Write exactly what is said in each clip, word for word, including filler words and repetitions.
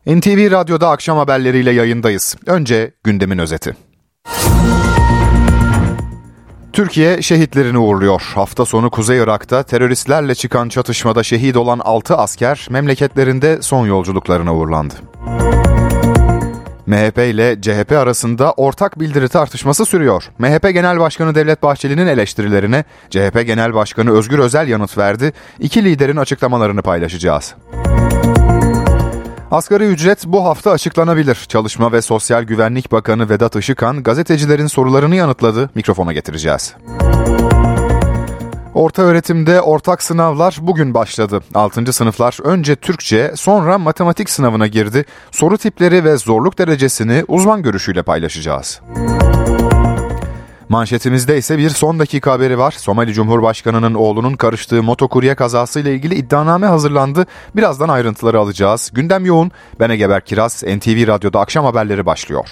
N T V Radyo'da akşam haberleriyle yayındayız. Önce gündemin özeti. Türkiye şehitlerini uğurluyor. Hafta sonu Kuzey Irak'ta teröristlerle çıkan çatışmada şehit olan altı asker memleketlerinde son yolculuklarına uğurlandı. M H P ile C H P arasında ortak bildiri tartışması sürüyor. M H P Genel Başkanı Devlet Bahçeli'nin eleştirilerine C H P Genel Başkanı Özgür Özel yanıt verdi. İki liderin açıklamalarını paylaşacağız. Asgari ücret bu hafta açıklanabilir. Çalışma ve Sosyal Güvenlik Bakanı Vedat Işıkhan gazetecilerin sorularını yanıtladı. Mikrofona getireceğiz. Ortaöğretimde ortak sınavlar bugün başladı. altıncı sınıflar önce Türkçe, sonra matematik sınavına girdi. Soru tipleri ve zorluk derecesini uzman görüşüyle paylaşacağız. Manşetimizde ise bir son dakika haberi var. Somali Cumhurbaşkanı'nın oğlunun karıştığı motokurye kazasıyla ilgili iddianame hazırlandı. Birazdan ayrıntıları alacağız. Gündem yoğun. Ben Egeberk Kiraz, N T V Radyo'da akşam haberleri başlıyor.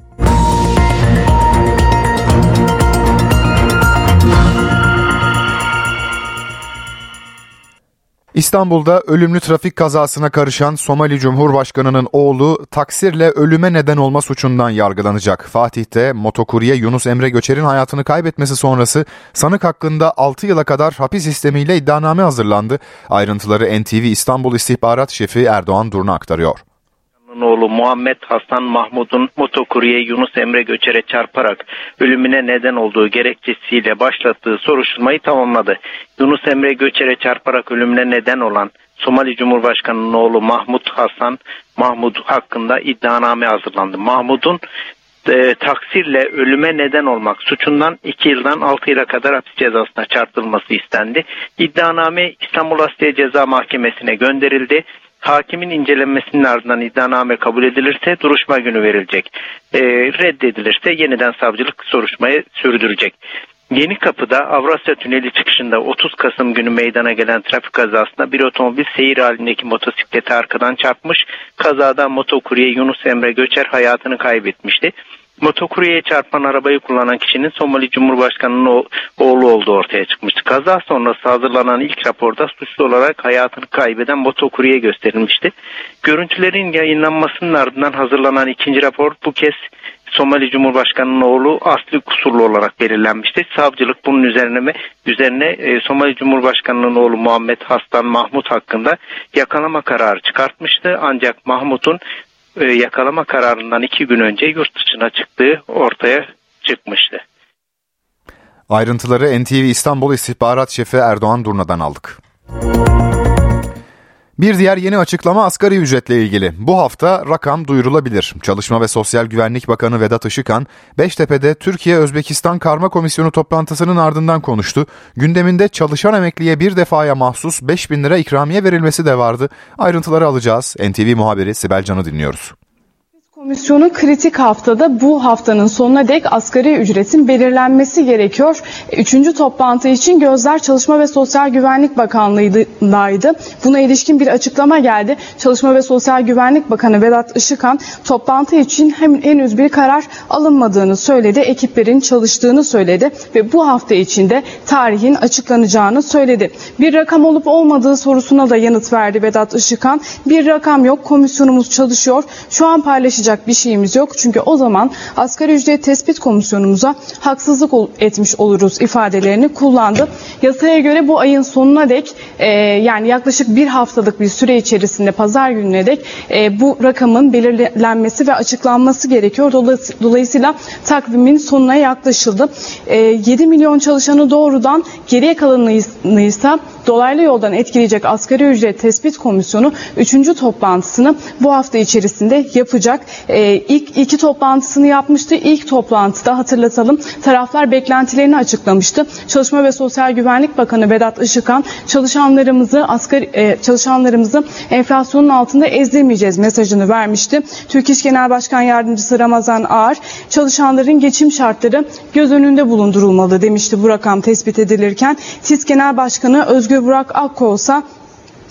İstanbul'da ölümlü trafik kazasına karışan Somali Cumhurbaşkanı'nın oğlu taksirle ölüme neden olma suçundan yargılanacak. Fatih'te motokurye Yunus Emre Göçer'in hayatını kaybetmesi sonrası sanık hakkında altı yıla kadar hapis istemiyle iddianame hazırlandı. Ayrıntıları N T V İstanbul İstihbarat Şefi Erdoğan Durna aktarıyor. Oğlu Muhammed Hasan Mahmud'un motokurye Yunus Emre Göçer'e çarparak ölümüne neden olduğu gerekçesiyle başlattığı soruşturmayı tamamladı. Yunus Emre Göçer'e çarparak ölümüne neden olan Somali Cumhurbaşkanı'nın oğlu Mahmud Hasan Mahmud hakkında iddianame hazırlandı. Mahmud'un e, taksirle ölüme neden olmak suçundan iki yıldan altı yıla kadar hapis cezasına çarptırılması istendi. İddianame İstanbul Asliye Ceza Mahkemesi'ne gönderildi. Hakimin incelenmesinin ardından iddianame kabul edilirse duruşma günü verilecek. E, reddedilirse yeniden savcılık soruşturmayı sürdürecek. Yenikapı'da Avrasya Tüneli çıkışında otuz Kasım günü meydana gelen trafik kazasında bir otomobil seyir halindeki motosiklete arkadan çarpmış. Kazada motokurye Yunus Emre Göçer hayatını kaybetmişti. Motokuryeye çarpan arabayı kullanan kişinin Somali Cumhurbaşkanı'nın oğlu olduğu ortaya çıkmıştı. Kaza sonrası hazırlanan ilk raporda suçlu olarak hayatını kaybeden motokurye gösterilmişti. Görüntülerin yayınlanmasının ardından hazırlanan ikinci rapor bu kez Somali Cumhurbaşkanı'nın oğlu asli kusurlu olarak belirlenmişti. Savcılık bunun üzerine üzerine e, Somali Cumhurbaşkanı'nın oğlu Muhammed Hasan Mahmud hakkında yakalama kararı çıkartmıştı. Ancak Mahmud'un e, yakalama kararından iki gün önce yurt dışına çıktığı ortaya çıkmıştı. Ayrıntıları N T V İstanbul İstihbarat Şefi Erdoğan Durna'dan aldık. Bir diğer yeni açıklama asgari ücretle ilgili. Bu hafta rakam duyurulabilir. Çalışma ve Sosyal Güvenlik Bakanı Vedat Işıkhan, Beştepe'de Türkiye-Özbekistan Karma Komisyonu toplantısının ardından konuştu. Gündeminde çalışan emekliye bir defaya mahsus beş bin lira ikramiye verilmesi de vardı. Ayrıntıları alacağız. N T V muhabiri Sibel Can'ı dinliyoruz. Komisyonu kritik haftada bu haftanın sonuna dek asgari ücretin belirlenmesi gerekiyor. Üçüncü toplantı için gözler Çalışma ve Sosyal Güvenlik Bakanlığı'ndaydı. Buna ilişkin bir açıklama geldi. Çalışma ve Sosyal Güvenlik Bakanı Vedat Işıkhan toplantı için hem henüz bir karar alınmadığını söyledi. Ekiplerin çalıştığını söyledi ve bu hafta içinde tarihin açıklanacağını söyledi. Bir rakam olup olmadığı sorusuna da yanıt verdi Vedat Işıkhan. Bir rakam yok, komisyonumuz çalışıyor. Şu an paylaşacak bir şeyimiz yok. Çünkü o zaman asgari ücret tespit komisyonumuza haksızlık etmiş oluruz ifadelerini kullandı. Yasaya göre bu ayın sonuna dek e, yani yaklaşık bir haftalık bir süre içerisinde pazar gününe dek e, bu rakamın belirlenmesi ve açıklanması gerekiyor. Dolayısıyla takvimin sonuna yaklaşıldı. E, yedi milyon çalışanı doğrudan, geriye kalanını ise dolaylı yoldan etkileyecek asgari ücret tespit komisyonu üçüncü toplantısını bu hafta içerisinde yapacak. Ee, ilk iki toplantısını yapmıştı. İlk toplantıda hatırlatalım taraflar beklentilerini açıklamıştı. Çalışma ve Sosyal Güvenlik Bakanı Vedat Işıkhan çalışanlarımızı asgari e, çalışanlarımızı enflasyonun altında ezdirmeyeceğiz mesajını vermişti. Türk İş Genel Başkan Yardımcısı Ramazan Ağar çalışanların geçim şartları göz önünde bulundurulmalı demişti bu rakam tespit edilirken. TİSK Genel Başkanı Özgür Burak Akkol ise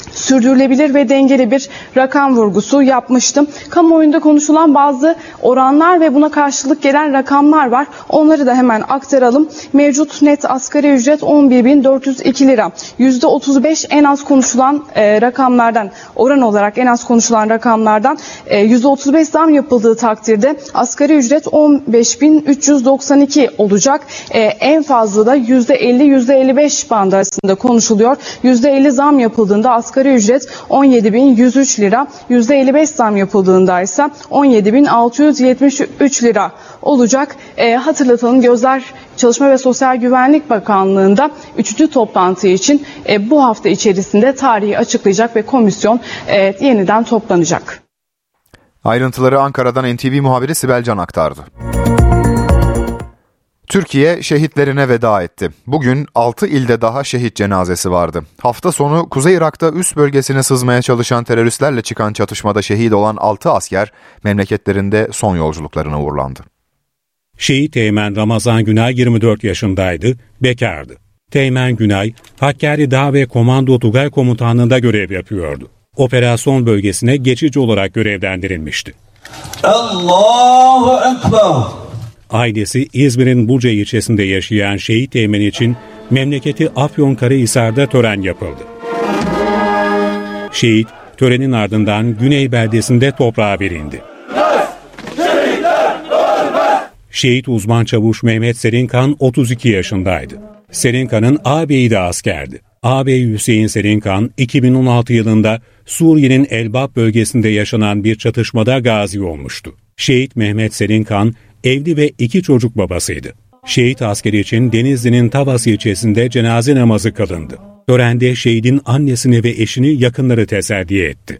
sürdürülebilir ve dengeli bir rakam vurgusu yapmıştım. Kamuoyunda konuşulan bazı oranlar ve buna karşılık gelen rakamlar var. Onları da hemen aktaralım. Mevcut net asgari ücret on bir bin dört yüz iki lira. yüzde otuz beş en az konuşulan e, rakamlardan, oran olarak en az konuşulan rakamlardan e, yüzde otuz beş zam yapıldığı takdirde asgari ücret on beş bin üç yüz doksan iki olacak. E, en fazla da yüzde elli yüzde elli beş bandı arasında konuşuluyor. yüzde elli zam yapıldığında asgari ücret on yedi bin yüz üç lira, yüzde elli beş zam yapıldığında ise on yedi bin altı yüz yetmiş üç lira olacak. E, hatırlatalım, Gözler Çalışma ve Sosyal Güvenlik Bakanlığı'nda üçüncü toplantı için e, bu hafta içerisinde tarihi açıklayacak ve komisyon e, yeniden toplanacak. Ayrıntıları Ankara'dan N T V muhabiri Sibel Can aktardı. Türkiye şehitlerine veda etti. Bugün altı ilde daha şehit cenazesi vardı. Hafta sonu Kuzey Irak'ta üst bölgesine sızmaya çalışan teröristlerle çıkan çatışmada şehit olan altı asker memleketlerinde son yolculuklarına uğurlandı. Şehit Teğmen Ramazan Günay yirmi dört yaşındaydı, bekardı. Teğmen Günay, Hakkari Dağ ve Komando Tugay Komutanlığı'nda görev yapıyordu. Operasyon bölgesine geçici olarak görevlendirilmişti. Allahu Ekber. Ailesi İzmir'in Buca ilçesinde yaşayan şehit Teğmen için memleketi Afyonkarahisar'da tören yapıldı. Şehit, törenin ardından Güney beldesinde toprağa verildi. Şehit uzman çavuş Mehmet Serinkan otuz iki yaşındaydı. Serinkan'ın ağabeyi de askerdi. Ağabey Hüseyin Serinkan iki bin on altı yılında Suriye'nin Elbap bölgesinde yaşanan bir çatışmada gazi olmuştu. Şehit Mehmet Serinkan evli ve iki çocuk babasıydı. Şehit askeri için Denizli'nin Tavas ilçesinde cenaze namazı kılındı. Törende şehidin annesini ve eşini yakınları teselli etti.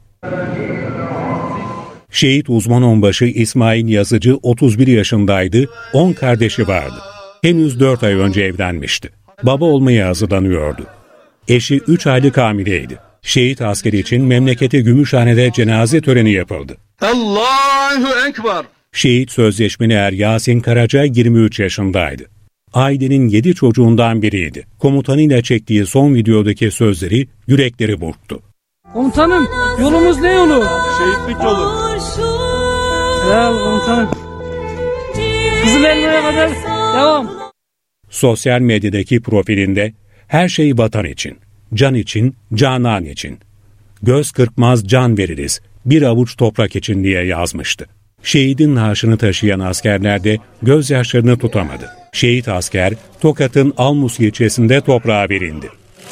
Şehit uzman onbaşı İsmail Yazıcı otuz bir yaşındaydı, on kardeşi vardı. Henüz dört ay önce evlenmişti. Baba olmaya hazırlanıyordu. Eşi üç aylık hamileydi. Şehit askeri için memleketi Gümüşhane'de cenaze töreni yapıldı. Allahu Ekber. Şehit sözleşmeli er Yasin Karaca yirmi üç yaşındaydı. Ailenin yedi çocuğundan biriydi. Komutanıyla çektiği son videodaki sözleri yürekleri burktu. Komutanım, yolumuz ne yolu? Şehitlik yolu. Ya komutanım. Kızılelma'ya kadar devam. Sosyal medyadaki profilinde her şey vatan için, can için, canan için. Göz kırpmaz can veririz, bir avuç toprak için diye yazmıştı. Şehidin naaşını taşıyan askerler de gözyaşlarını tutamadı. Şehit asker Tokat'ın Almus ilçesinde toprağa verildi.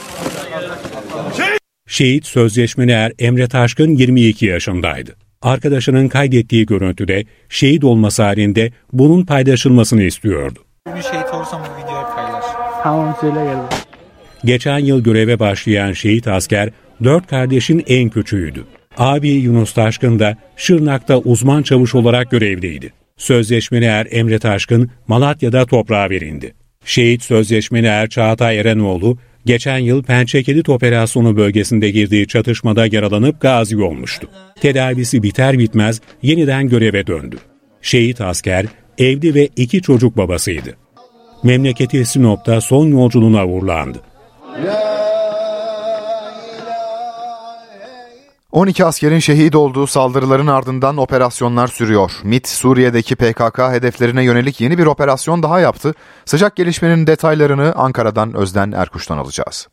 Şehit sözleşmeli er Emre Taşkın yirmi iki yaşındaydı. Arkadaşının kaydettiği görüntüde şehit olması halinde bunun paylaşılmasını istiyordu. Bir şehit olursam bu videoyu paylaş. Tamam, söyle geldi. Geçen yıl göreve başlayan şehit asker dört kardeşin en küçüğüydü. Abi Yunus Taşkın da Şırnak'ta uzman çavuş olarak görevliydi. Sözleşmeli er Emre Taşkın Malatya'da toprağa verildi. Şehit sözleşmeli er Çağatay Erenoğlu geçen yıl Pençe Kilit Operasyonu bölgesinde girdiği çatışmada yaralanıp gazi olmuştu. Tedavisi biter bitmez yeniden göreve döndü. Şehit asker evli ve iki çocuk babasıydı. Memleketi Sinop'ta son yolculuğuna uğurlandı. on iki askerin şehit olduğu saldırıların ardından operasyonlar sürüyor. MİT, Suriye'deki P K K hedeflerine yönelik yeni bir operasyon daha yaptı. Sıcak gelişmenin detaylarını Ankara'dan Özden Erkuş'tan alacağız.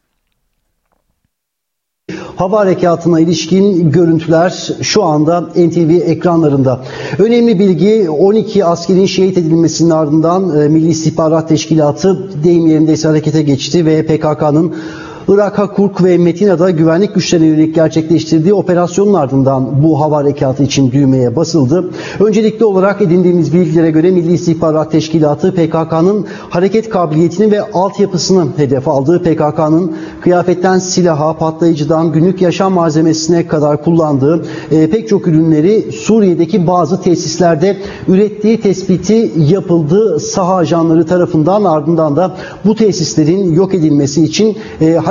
Hava harekatına ilişkin görüntüler şu anda N T V ekranlarında. Önemli bilgi, on iki askerin şehit edilmesinin ardından Milli İstihbarat Teşkilatı deyim yerindeyse harekete geçti ve P K K'nın Irak, Hakurk ve Metina'da güvenlik güçlerine yönelik gerçekleştirdiği operasyonun ardından bu hava harekatı için düğmeye basıldı. Öncelikli olarak edindiğimiz bilgilere göre Milli İstihbarat Teşkilatı P K K'nın hareket kabiliyetini ve altyapısını hedef aldı. P K K'nın kıyafetten silaha, patlayıcıdan günlük yaşam malzemesine kadar kullandığı e, pek çok ürünleri Suriye'deki bazı tesislerde ürettiği tespiti yapıldı. Saha ajanları tarafından, ardından da bu tesislerin yok edilmesi için e, hareket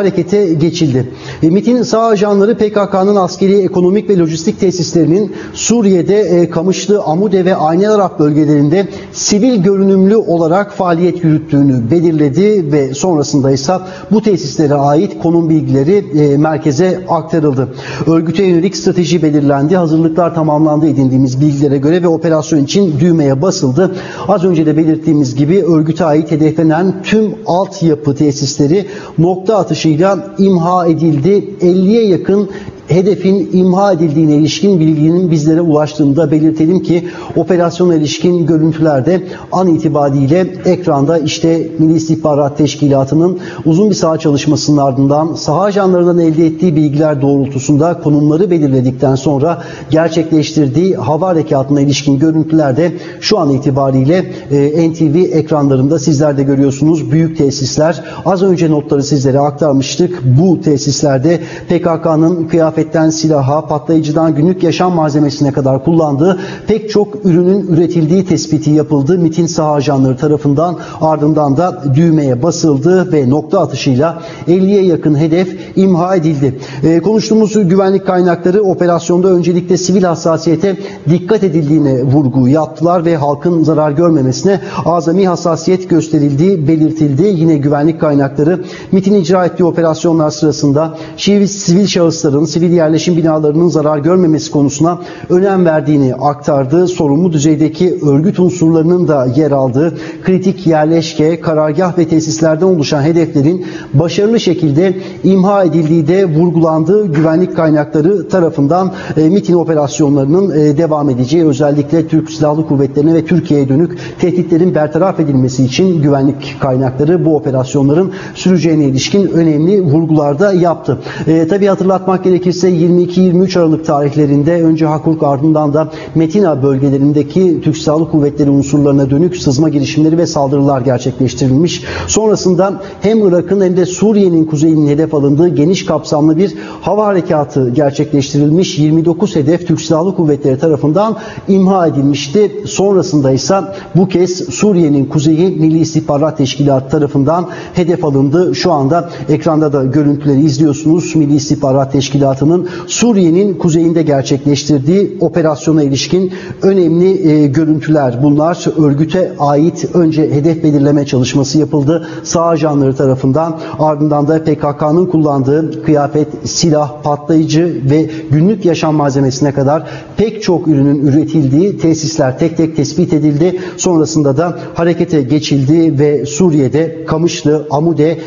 harekete geçildi. E, MİT'in sağ ajanları P K K'nın askeri, ekonomik ve lojistik tesislerinin Suriye'de e, Kamışlı, Amude ve Aynel Arap bölgelerinde sivil görünümlü olarak faaliyet yürüttüğünü belirledi ve sonrasında ise bu tesislere ait konum bilgileri e, merkeze aktarıldı. Örgüte yönelik strateji belirlendi, hazırlıklar tamamlandı edindiğimiz bilgilere göre ve operasyon için düğmeye basıldı. Az önce de belirttiğimiz gibi örgüte ait hedeflenen tüm altyapı tesisleri nokta atışıyla imha edildi. elliye yakın hedefin imha edildiğine ilişkin bilginin bizlere ulaştığını da belirtelim ki operasyona ilişkin görüntülerde an itibariyle ekranda işte Milli İstihbarat Teşkilatı'nın uzun bir saha çalışmasının ardından saha ajanlarından elde ettiği bilgiler doğrultusunda konumları belirledikten sonra gerçekleştirdiği hava harekatına ilişkin görüntülerde şu an itibariyle e, N T V ekranlarında sizler de görüyorsunuz. Büyük tesisler, az önce notları sizlere aktarmıştık. Bu tesislerde P K K'nın kıyafet Kıyafetten silaha, patlayıcıdan günlük yaşam malzemesine kadar kullandığı pek çok ürünün üretildiği tespiti yapıldı. MİT'in saha ajanları tarafından, ardından da düğmeye basıldı ve nokta atışıyla elliye yakın hedef imha edildi. Ee, konuştuğumuz güvenlik kaynakları operasyonda öncelikle sivil hassasiyete dikkat edildiğine vurgu yaptılar ve halkın zarar görmemesine azami hassasiyet gösterildiği belirtildi. Yine güvenlik kaynakları MİT'in icra ettiği operasyonlar sırasında sivil, sivil şahısların, sivil yerleşim binalarının zarar görmemesi konusuna önem verdiğini aktardı. Sorumlu düzeydeki örgüt unsurlarının da yer aldığı kritik yerleşke, karargah ve tesislerden oluşan hedeflerin başarılı şekilde imha edildiği de vurgulandı. Güvenlik kaynakları tarafından e, MİT'in operasyonlarının e, devam edeceği, özellikle Türk Silahlı Kuvvetleri'ne ve Türkiye'ye dönük tehditlerin bertaraf edilmesi için güvenlik kaynakları bu operasyonların süreceğine ilişkin önemli vurgularda yaptı. E, tabii hatırlatmak gerekirse yirmi iki yirmi üç Aralık tarihlerinde önce Hakurk, ardından da Metina bölgelerindeki Türk Silahlı Kuvvetleri unsurlarına dönük sızma girişimleri ve saldırılar gerçekleştirilmiş. Sonrasında hem Irak'ın hem de Suriye'nin kuzeyinin hedef alındığı geniş kapsamlı bir hava harekatı gerçekleştirilmiş. yirmi dokuz hedef Türk Silahlı Kuvvetleri tarafından imha edilmişti. Sonrasında ise bu kez Suriye'nin kuzeyi Milli İstihbarat Teşkilatı tarafından hedef alındı. Şu anda ekranda da görüntüleri izliyorsunuz. Milli İstihbarat Teşkilatı'nın Suriye'nin kuzeyinde gerçekleştirdiği operasyona ilişkin önemli e, görüntüler bunlar. Örgüte ait önce hedef belirleme çalışması yapıldı sağ ajanları tarafından, ardından da P K K'nın kullandığı kıyafet, silah, patlayıcı ve günlük yaşam malzemesine kadar pek çok ürünün üretildiği tesisler tek tek tespit edildi. Sonrasında da harekete geçildi ve Suriye'de Kamışlı, Amude,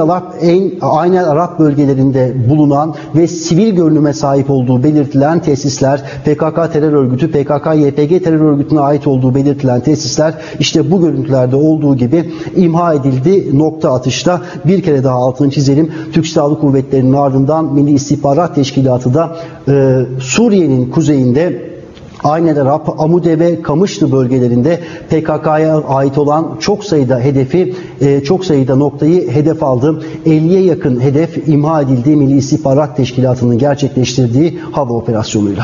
Aynel Arap bölgelerinde bulunan ve sivil görünüme sahip olduğu belirtilen tesisler, P K K terör örgütü, P K K Y P G terör örgütüne ait olduğu belirtilen tesisler işte bu görüntülerde olduğu gibi imha edildi. Nokta atışta bir kere daha altını çizelim. Türk Silahlı Kuvvetleri'nin ardından Milli İstihbarat Teşkilatı da e, Suriye'nin kuzeyinde Aynel Arap, Amude ve Kamışlı bölgelerinde P K K'ya ait olan çok sayıda hedefi, çok sayıda noktayı hedef aldı. elliye yakın hedef imha edildi Milli İstihbarat Teşkilatı'nın gerçekleştirdiği hava operasyonuyla.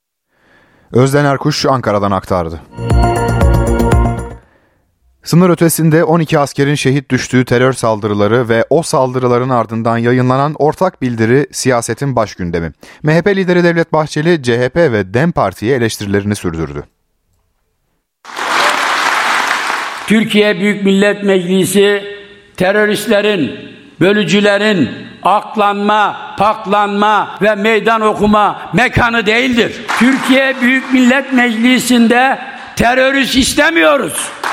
Özden Erkuş Ankara'dan aktardı. Sınır ötesinde on iki askerin şehit düştüğü terör saldırıları ve o saldırıların ardından yayınlanan ortak bildiri siyasetin baş gündemi. M H P lideri Devlet Bahçeli, C H P ve DEM Parti'ye eleştirilerini sürdürdü. Türkiye Büyük Millet Meclisi teröristlerin, bölücülerin aklanma, paklanma ve meydan okuma mekanı değildir. Türkiye Büyük Millet Meclisi'nde terörist istemiyoruz.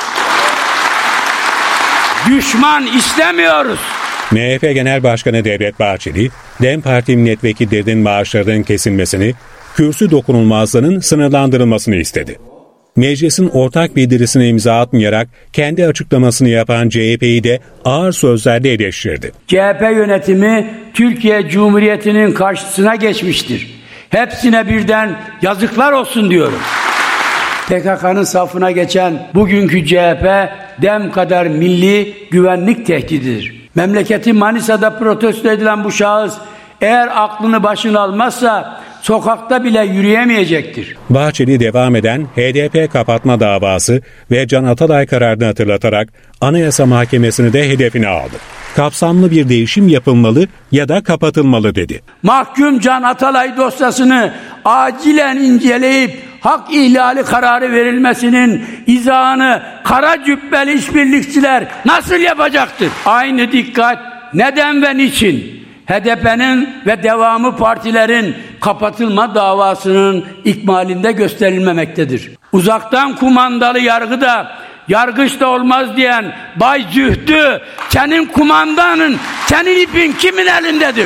Düşman istemiyoruz. M H P Genel Başkanı Devlet Bahçeli, DEM Parti milletvekillerinin maaşlarının kesilmesini, kürsü dokunulmazlığının sınırlandırılmasını istedi. Meclisin ortak bildirisine imza atmayarak kendi açıklamasını yapan C H P'yi de ağır sözlerle eleştirdi. C H P yönetimi Türkiye Cumhuriyeti'nin karşısına geçmiştir. Hepsine birden yazıklar olsun diyorum. P K K'nın safına geçen bugünkü C H P, DEM kadar milli güvenlik tehdididir. Memleketi Manisa'da protesto edilen bu şahıs eğer aklını başına almazsa sokakta bile yürüyemeyecektir. Bahçeli devam eden H D P kapatma davası ve Can Atalay kararını hatırlatarak Anayasa Mahkemesi'ni de hedefine aldı. kapsamlı bir değişim yapılmalı ya da kapatılmalı dedi. Mahkum Can Atalay dosyasını acilen inceleyip hak ihlali kararı verilmesinin izahını kara cübbeli işbirlikçiler nasıl yapacaktır? Aynı dikkat neden ve niçin H D P'nin ve devamı partilerin kapatılma davasının ikmalinde gösterilmemektedir. Uzaktan kumandalı yargıda, yargıç da olmaz diyen Bay Zühtü, senin kumandanın, senin ipin kimin elindedir?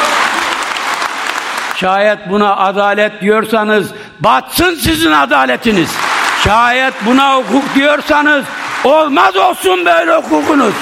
Şayet buna adalet diyorsanız batsın sizin adaletiniz. Şayet buna hukuk diyorsanız olmaz olsun böyle hukukunuz.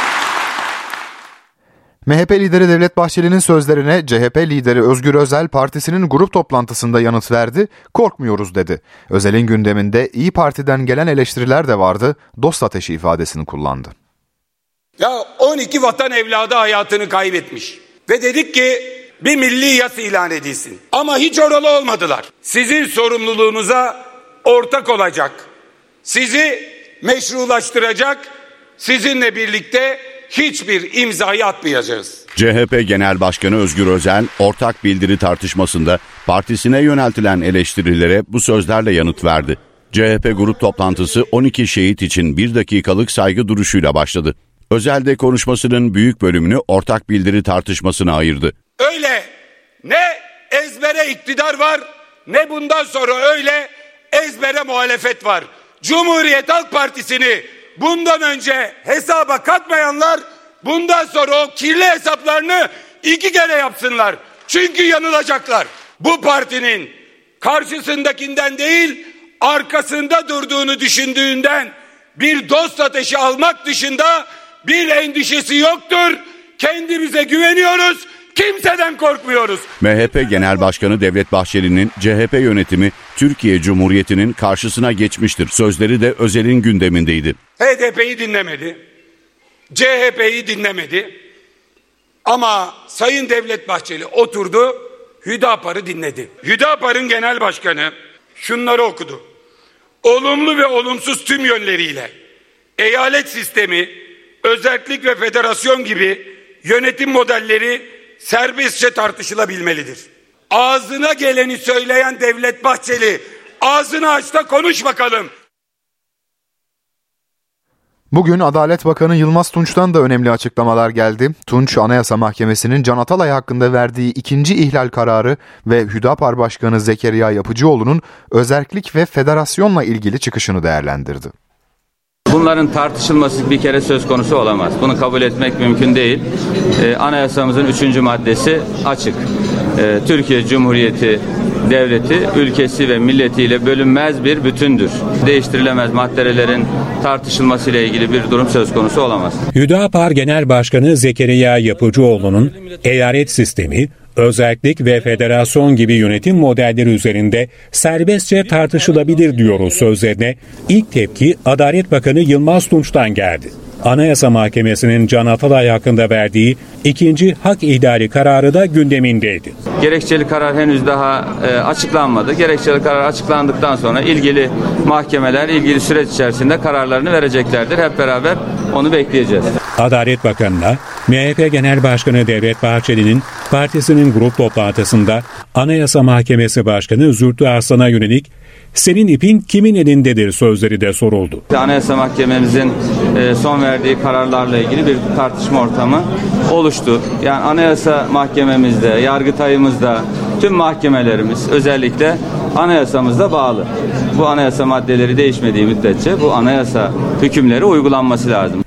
M H P lideri Devlet Bahçeli'nin sözlerine C H P lideri Özgür Özel partisinin grup toplantısında yanıt verdi, korkmuyoruz dedi. Özel'in gündeminde İYİ Parti'den gelen eleştiriler de vardı, dost ateşi ifadesini kullandı. Ya on iki vatan evladı hayatını kaybetmiş ve dedik ki bir milli yas ilan edilsin. Ama hiç oralı olmadılar. Sizin sorumluluğunuza ortak olacak, sizi meşrulaştıracak, sizinle birlikte hiçbir imzayı atmayacağız. C H P Genel Başkanı Özgür Özel, ortak bildiri tartışmasında partisine yöneltilen eleştirilere bu sözlerle yanıt verdi. C H P grup toplantısı on iki şehit için bir dakikalık saygı duruşuyla başladı. Özel de konuşmasının büyük bölümünü ortak bildiri tartışmasına ayırdı. Öyle ne ezbere iktidar var, ne bundan sonra öyle ezbere muhalefet var. Cumhuriyet Halk Partisi'ni bundan önce hesaba katmayanlar bundan sonra o kirli hesaplarını iki kere yapsınlar. Çünkü yanılacaklar. Bu partinin karşısındakinden değil, arkasında durduğunu düşündüğünden bir dost ateşi almak dışında bir endişesi yoktur. Kendimize güveniyoruz. Kimseden korkmuyoruz. M H P Genel Başkanı Devlet Bahçeli'nin C H P yönetimi Türkiye Cumhuriyeti'nin karşısına geçmiştir sözleri de Özel'in gündemindeydi. H D P'yi dinlemedi, C H P'yi dinlemedi ama Sayın Devlet Bahçeli oturdu, Hüdapar'ı dinledi. Hüdapar'ın genel başkanı şunları okudu. Olumlu ve olumsuz tüm yönleriyle eyalet sistemi, özerklik ve federasyon gibi yönetim modelleri serbestçe tartışılabilmelidir. Ağzına geleni söyleyen Devlet Bahçeli, ağzını aç da konuş bakalım. Bugün Adalet Bakanı Yılmaz Tunç'tan da önemli açıklamalar geldi. Tunç, Anayasa Mahkemesi'nin Can Atalay hakkında verdiği ikinci ihlal kararı ve Hüdapar Başkanı Zekeriya Yapıcıoğlu'nun özerklik ve federasyonla ilgili çıkışını değerlendirdi. Bunların tartışılması bir kere söz konusu olamaz. Bunu kabul etmek mümkün değil. Ee, anayasamızın üçüncü maddesi açık. Ee, Türkiye Cumhuriyeti Devleti, ülkesi ve milletiyle bölünmez bir bütündür. Değiştirilemez maddelerin tartışılmasıyla ilgili bir durum söz konusu olamaz. Hüdapar Genel Başkanı Zekeriya Yapıcıoğlu'nun eyalet sistemi, özerklik ve federasyon gibi yönetim modelleri üzerinde serbestçe tartışılabilir diyoruz sözlerine ilk tepki Adalet Bakanı Yılmaz Tunç'tan geldi. Anayasa Mahkemesi'nin Can Atalay hakkında verdiği ikinci hak ihlali kararı da gündemindeydi. Gerekçeli karar henüz daha e, açıklanmadı. Gerekçeli karar açıklandıktan sonra ilgili mahkemeler ilgili süreç içerisinde kararlarını vereceklerdir. Hep beraber onu bekleyeceğiz. Adalet Bakanı'na M H P Genel Başkanı Devlet Bahçeli'nin partisinin grup toplantısında Anayasa Mahkemesi Başkanı Zühtü Arslan'a yönelik "Senin ipin kimin elindedir?" sözleri de soruldu. Anayasa Mahkememizin e, son verdiği kararlarla ilgili bir tartışma ortamı oluştu. Yani Anayasa Mahkememizde, Yargıtay'ımızda, tüm mahkemelerimiz özellikle anayasamızda bağlı. Bu anayasa maddeleri değişmediği müddetçe bu anayasa hükümleri uygulanması lazım.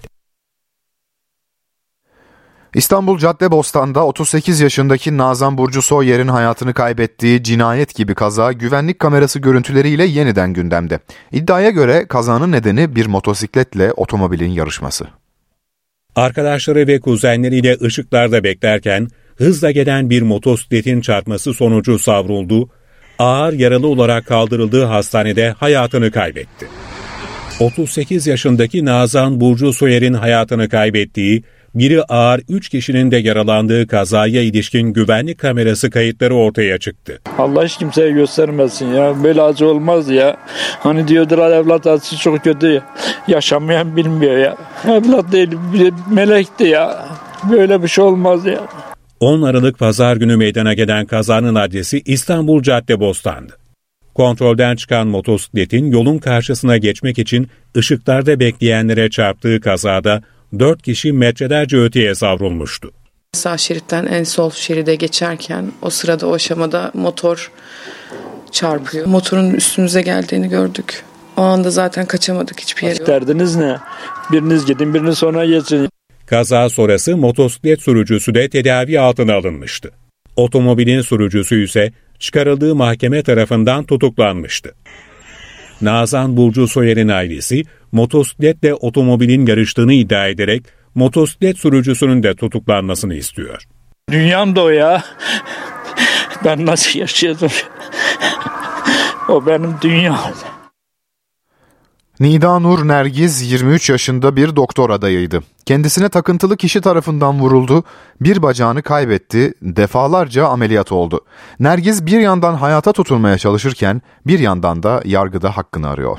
İstanbul Caddebostan'da otuz sekiz yaşındaki Nazan Burcu Soyer'in hayatını kaybettiği cinayet gibi kaza güvenlik kamerası görüntüleriyle yeniden gündemde. İddiaya göre kazanın nedeni bir motosikletle otomobilin yarışması. Arkadaşları ve kuzenleriyle ışıklarda beklerken hızla gelen bir motosikletin çarpması sonucu savruldu, ağır yaralı olarak kaldırıldığı hastanede hayatını kaybetti. otuz sekiz yaşındaki Nazan Burcu Soyer'in hayatını kaybettiği, biri ağır üç kişinin de yaralandığı kazaya ilişkin güvenlik kamerası kayıtları ortaya çıktı. Allah hiç kimseye göstermesin ya. Böyle acı olmaz ya. Hani diyordular evlat acısı çok kötü ya. Yaşamayan bilmiyor ya. Evlat değil, melekti ya. Böyle bir şey olmaz ya. on Aralık Pazar günü meydana gelen kazanın adresi İstanbul Caddebostan'dı. Kontrolden çıkan motosikletin yolun karşısına geçmek için ışıklarda bekleyenlere çarptığı kazada dört kişi metrelerce öteye savrulmuştu. Sağ şeritten en sol şeride geçerken o sırada o aşamada motor çarpıyor. Motorun üstümüze geldiğini gördük. O anda zaten kaçamadık hiçbir yere. Derdiniz ne? Biriniz gidin, biriniz sonra geçin. Kaza sonrası motosiklet sürücüsü de tedavi altına alınmıştı. Otomobilin sürücüsü ise çıkarıldığı mahkeme tarafından tutuklanmıştı. Nazan Burcu Soyer'in ailesi motosikletle otomobilin yarıştığını iddia ederek motosiklet sürücüsünün de tutuklanmasını istiyor. Dünyam da o ya. Ben nasıl yaşıyordum? O benim dünyam. Nida Nur Nergiz yirmi üç yaşında bir doktor adayıydı. Kendisine takıntılı kişi tarafından vuruldu, bir bacağını kaybetti, defalarca ameliyat oldu. Nergiz bir yandan hayata tutunmaya çalışırken bir yandan da yargıda hakkını arıyor.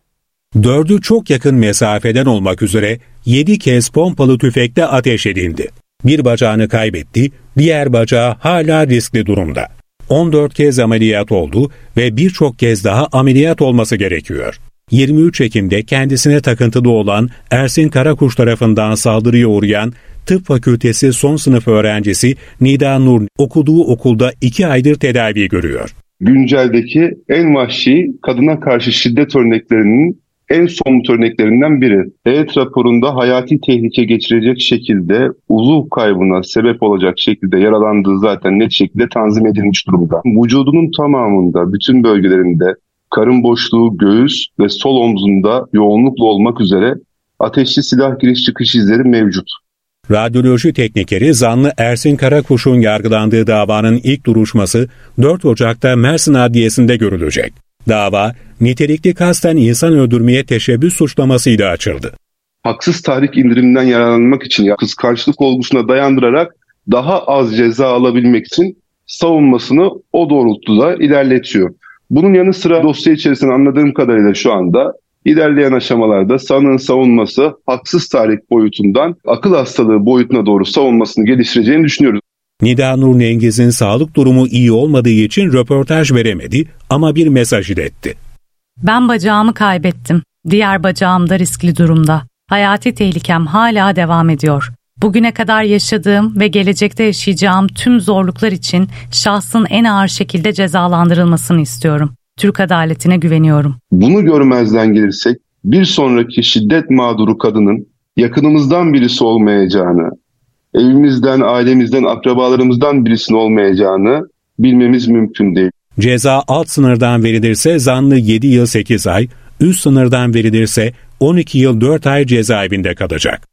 Dördü çok yakın mesafeden olmak üzere yedi kez pompalı tüfekle ateş edildi. Bir bacağını kaybetti, diğer bacağı hala riskli durumda. on dört kez ameliyat oldu ve birçok kez daha ameliyat olması gerekiyor. yirmi üç Ekim'de kendisine takıntılı olan Ersin Karakuş tarafından saldırıya uğrayan Tıp Fakültesi son sınıf öğrencisi Nida Nur okuduğu okulda iki aydır tedavi görüyor. Günceldeki en vahşi kadına karşı şiddet örneklerinin en somut örneklerinden biri. Heyet raporunda hayati tehlike geçirecek şekilde uzuv kaybına sebep olacak şekilde yaralandığı zaten net şekilde tanzim edilmiş durumda. Vücudunun tamamında, bütün bölgelerinde karın boşluğu, göğüs ve sol omzunda yoğunlukla olmak üzere ateşli silah giriş çıkış izleri mevcut. Radyoloji teknikeri zanlı Ersin Karakuş'un yargılandığı davanın ilk duruşması dört Ocak'ta Mersin Adliyesi'nde görülecek. Dava, nitelikli kasten insan öldürmeye teşebbüs suçlamasıyla açıldı. Haksız tahrik indiriminden yararlanmak için kıskançlık olgusuna dayandırarak daha az ceza alabilmek için savunmasını o doğrultuda ilerletiyor. Bunun yanı sıra dosya içerisinde anladığım kadarıyla şu anda ilerleyen aşamalarda sanığın savunması haksız tahrik boyutundan akıl hastalığı boyutuna doğru savunmasını geliştireceğini düşünüyoruz. Nida Nur Nengiz'in sağlık durumu iyi olmadığı için röportaj veremedi ama bir mesaj iletti. Ben bacağımı kaybettim. Diğer bacağım da riskli durumda. Hayati tehlikem hala devam ediyor. Bugüne kadar yaşadığım ve gelecekte yaşayacağım tüm zorluklar için şahsın en ağır şekilde cezalandırılmasını istiyorum. Türk adaletine güveniyorum. Bunu görmezden gelirsek bir sonraki şiddet mağduru kadının yakınımızdan birisi olmayacağını, evimizden, ailemizden, akrabalarımızdan birisinin olmayacağını bilmemiz mümkün değil. Ceza alt sınırdan verilirse zanlı yedi yıl sekiz ay, üst sınırdan verilirse on iki yıl dört ay cezaevinde kalacak.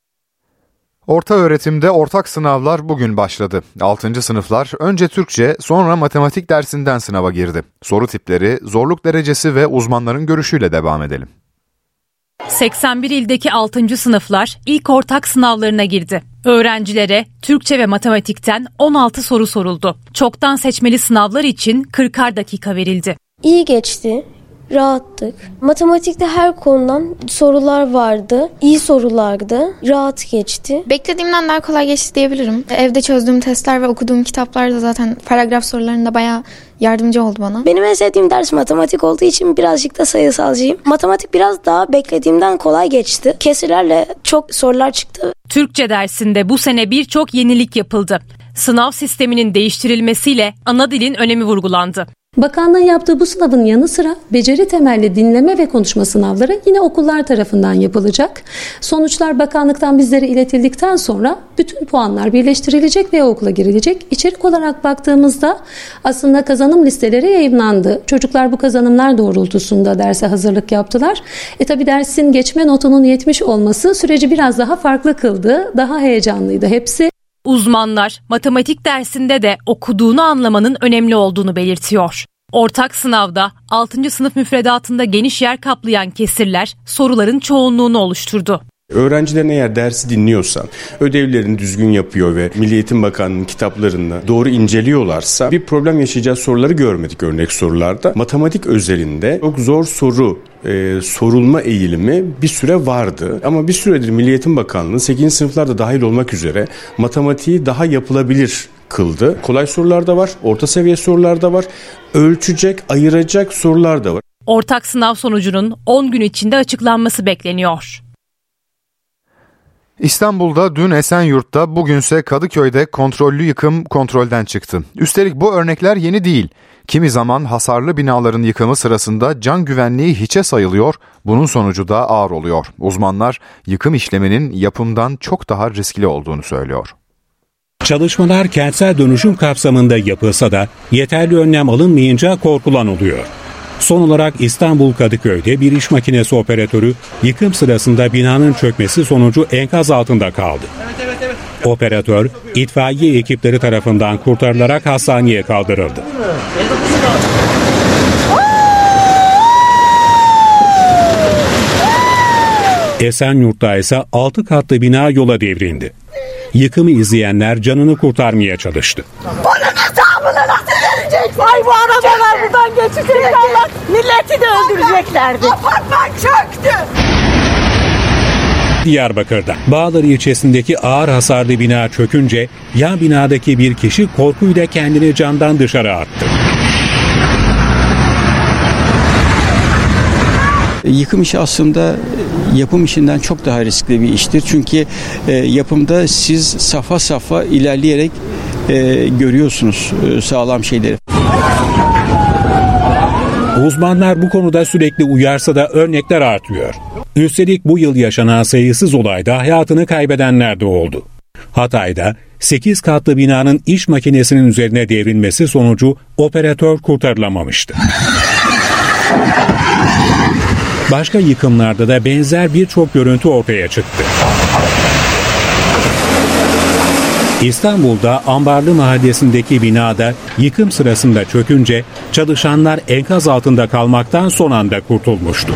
Orta öğretimde ortak sınavlar bugün başladı. altıncı sınıflar önce Türkçe, sonra matematik dersinden sınava girdi. Soru tipleri, zorluk derecesi ve uzmanların görüşüyle devam edelim. seksen bir ildeki altıncı sınıflar ilk ortak sınavlarına girdi. Öğrencilere Türkçe ve matematikten on altı soru soruldu. Çoktan seçmeli sınavlar için kırkar dakika verildi. İyi geçti. Rahattık. Matematikte her konudan sorular vardı. İyi sorulardı. Rahat geçti. Beklediğimden daha kolay geçti diyebilirim. Evde çözdüğüm testler ve okuduğum kitaplar da zaten paragraf sorularında bayağı yardımcı oldu bana. Benim en sevdiğim ders matematik olduğu için birazcık da sayısalcıyım. Matematik biraz daha beklediğimden kolay geçti. Kesirlerle çok sorular çıktı. Türkçe dersinde bu sene birçok yenilik yapıldı. Sınav sisteminin değiştirilmesiyle ana dilin önemi vurgulandı. Bakanlığın yaptığı bu sınavın yanı sıra beceri temelli dinleme ve konuşma sınavları yine okullar tarafından yapılacak. Sonuçlar bakanlıktan bizlere iletildikten sonra bütün puanlar birleştirilecek ve okula girilecek. İçerik olarak baktığımızda aslında kazanım listeleri yayımlandı. Çocuklar bu kazanımlar doğrultusunda derse hazırlık yaptılar. E tabi dersin geçme notunun yetmiş olması süreci biraz daha farklı kıldı. Daha heyecanlıydı hepsi. Uzmanlar matematik dersinde de okuduğunu anlamanın önemli olduğunu belirtiyor. Ortak sınavda altıncı sınıf müfredatında geniş yer kaplayan kesirler soruların çoğunluğunu oluşturdu. Öğrencilerin eğer dersi dinliyorsan, ödevlerini düzgün yapıyor ve Milli Eğitim Bakanlığı'nın kitaplarını doğru inceliyorlarsa bir problem yaşayacağı soruları görmedik örnek sorularda. Matematik özelinde çok zor soru e, sorulma eğilimi bir süre vardı. Ama bir süredir Milli Eğitim Bakanlığı sekizinci sınıflarda dahil olmak üzere matematiği daha yapılabilir kıldı. Kolay sorular da var, orta seviye sorular da var, ölçecek, ayıracak sorular da var. Ortak sınav sonucunun on gün içinde açıklanması bekleniyor. İstanbul'da dün Esenyurt'ta, bugünse Kadıköy'de kontrollü yıkım kontrolden çıktı. Üstelik bu örnekler yeni değil. Kimi zaman hasarlı binaların yıkımı sırasında can güvenliği hiçe sayılıyor, bunun sonucu da ağır oluyor. Uzmanlar yıkım işleminin yapımdan çok daha riskli olduğunu söylüyor. Çalışmalar kentsel dönüşüm kapsamında yapılsa da yeterli önlem alınmayınca korkulan oluyor. Son olarak İstanbul Kadıköy'de bir iş makinesi operatörü yıkım sırasında binanın çökmesi sonucu enkaz altında kaldı. Evet, evet, evet. Operatör itfaiye ekipleri tarafından kurtarılarak hastaneye kaldırıldı. Esenyurt'ta ise altı katlı bina yola devrildi. Yıkımı izleyenler canını kurtarmaya çalıştı. Bunun hesabını nasıl verecek? Ay bu arabalar buradan geçecek Allah. Milleti de öldüreceklerdi. Apartman çöktü. Diyarbakır'da Bağlar ilçesindeki ağır hasarlı bina çökünce yan binadaki bir kişi korkuyla kendini camdan dışarı attı. Yıkım işi aslında yapım işinden çok daha riskli bir iştir. Çünkü e, yapımda siz safa safa ilerleyerek e, görüyorsunuz e, sağlam şeyleri. Uzmanlar bu konuda sürekli uyarsa da örnekler artıyor. Üstelik bu yıl yaşanan sayısız olayda hayatını kaybedenler de oldu. Hatay'da sekiz katlı binanın iş makinesinin üzerine devrilmesi sonucu operatör kurtarılamamıştı. Başka yıkımlarda da benzer birçok görüntü ortaya çıktı. İstanbul'da Ambarlı Mahallesi'ndeki binada yıkım sırasında çökünce çalışanlar enkaz altında kalmaktan son anda kurtulmuştu.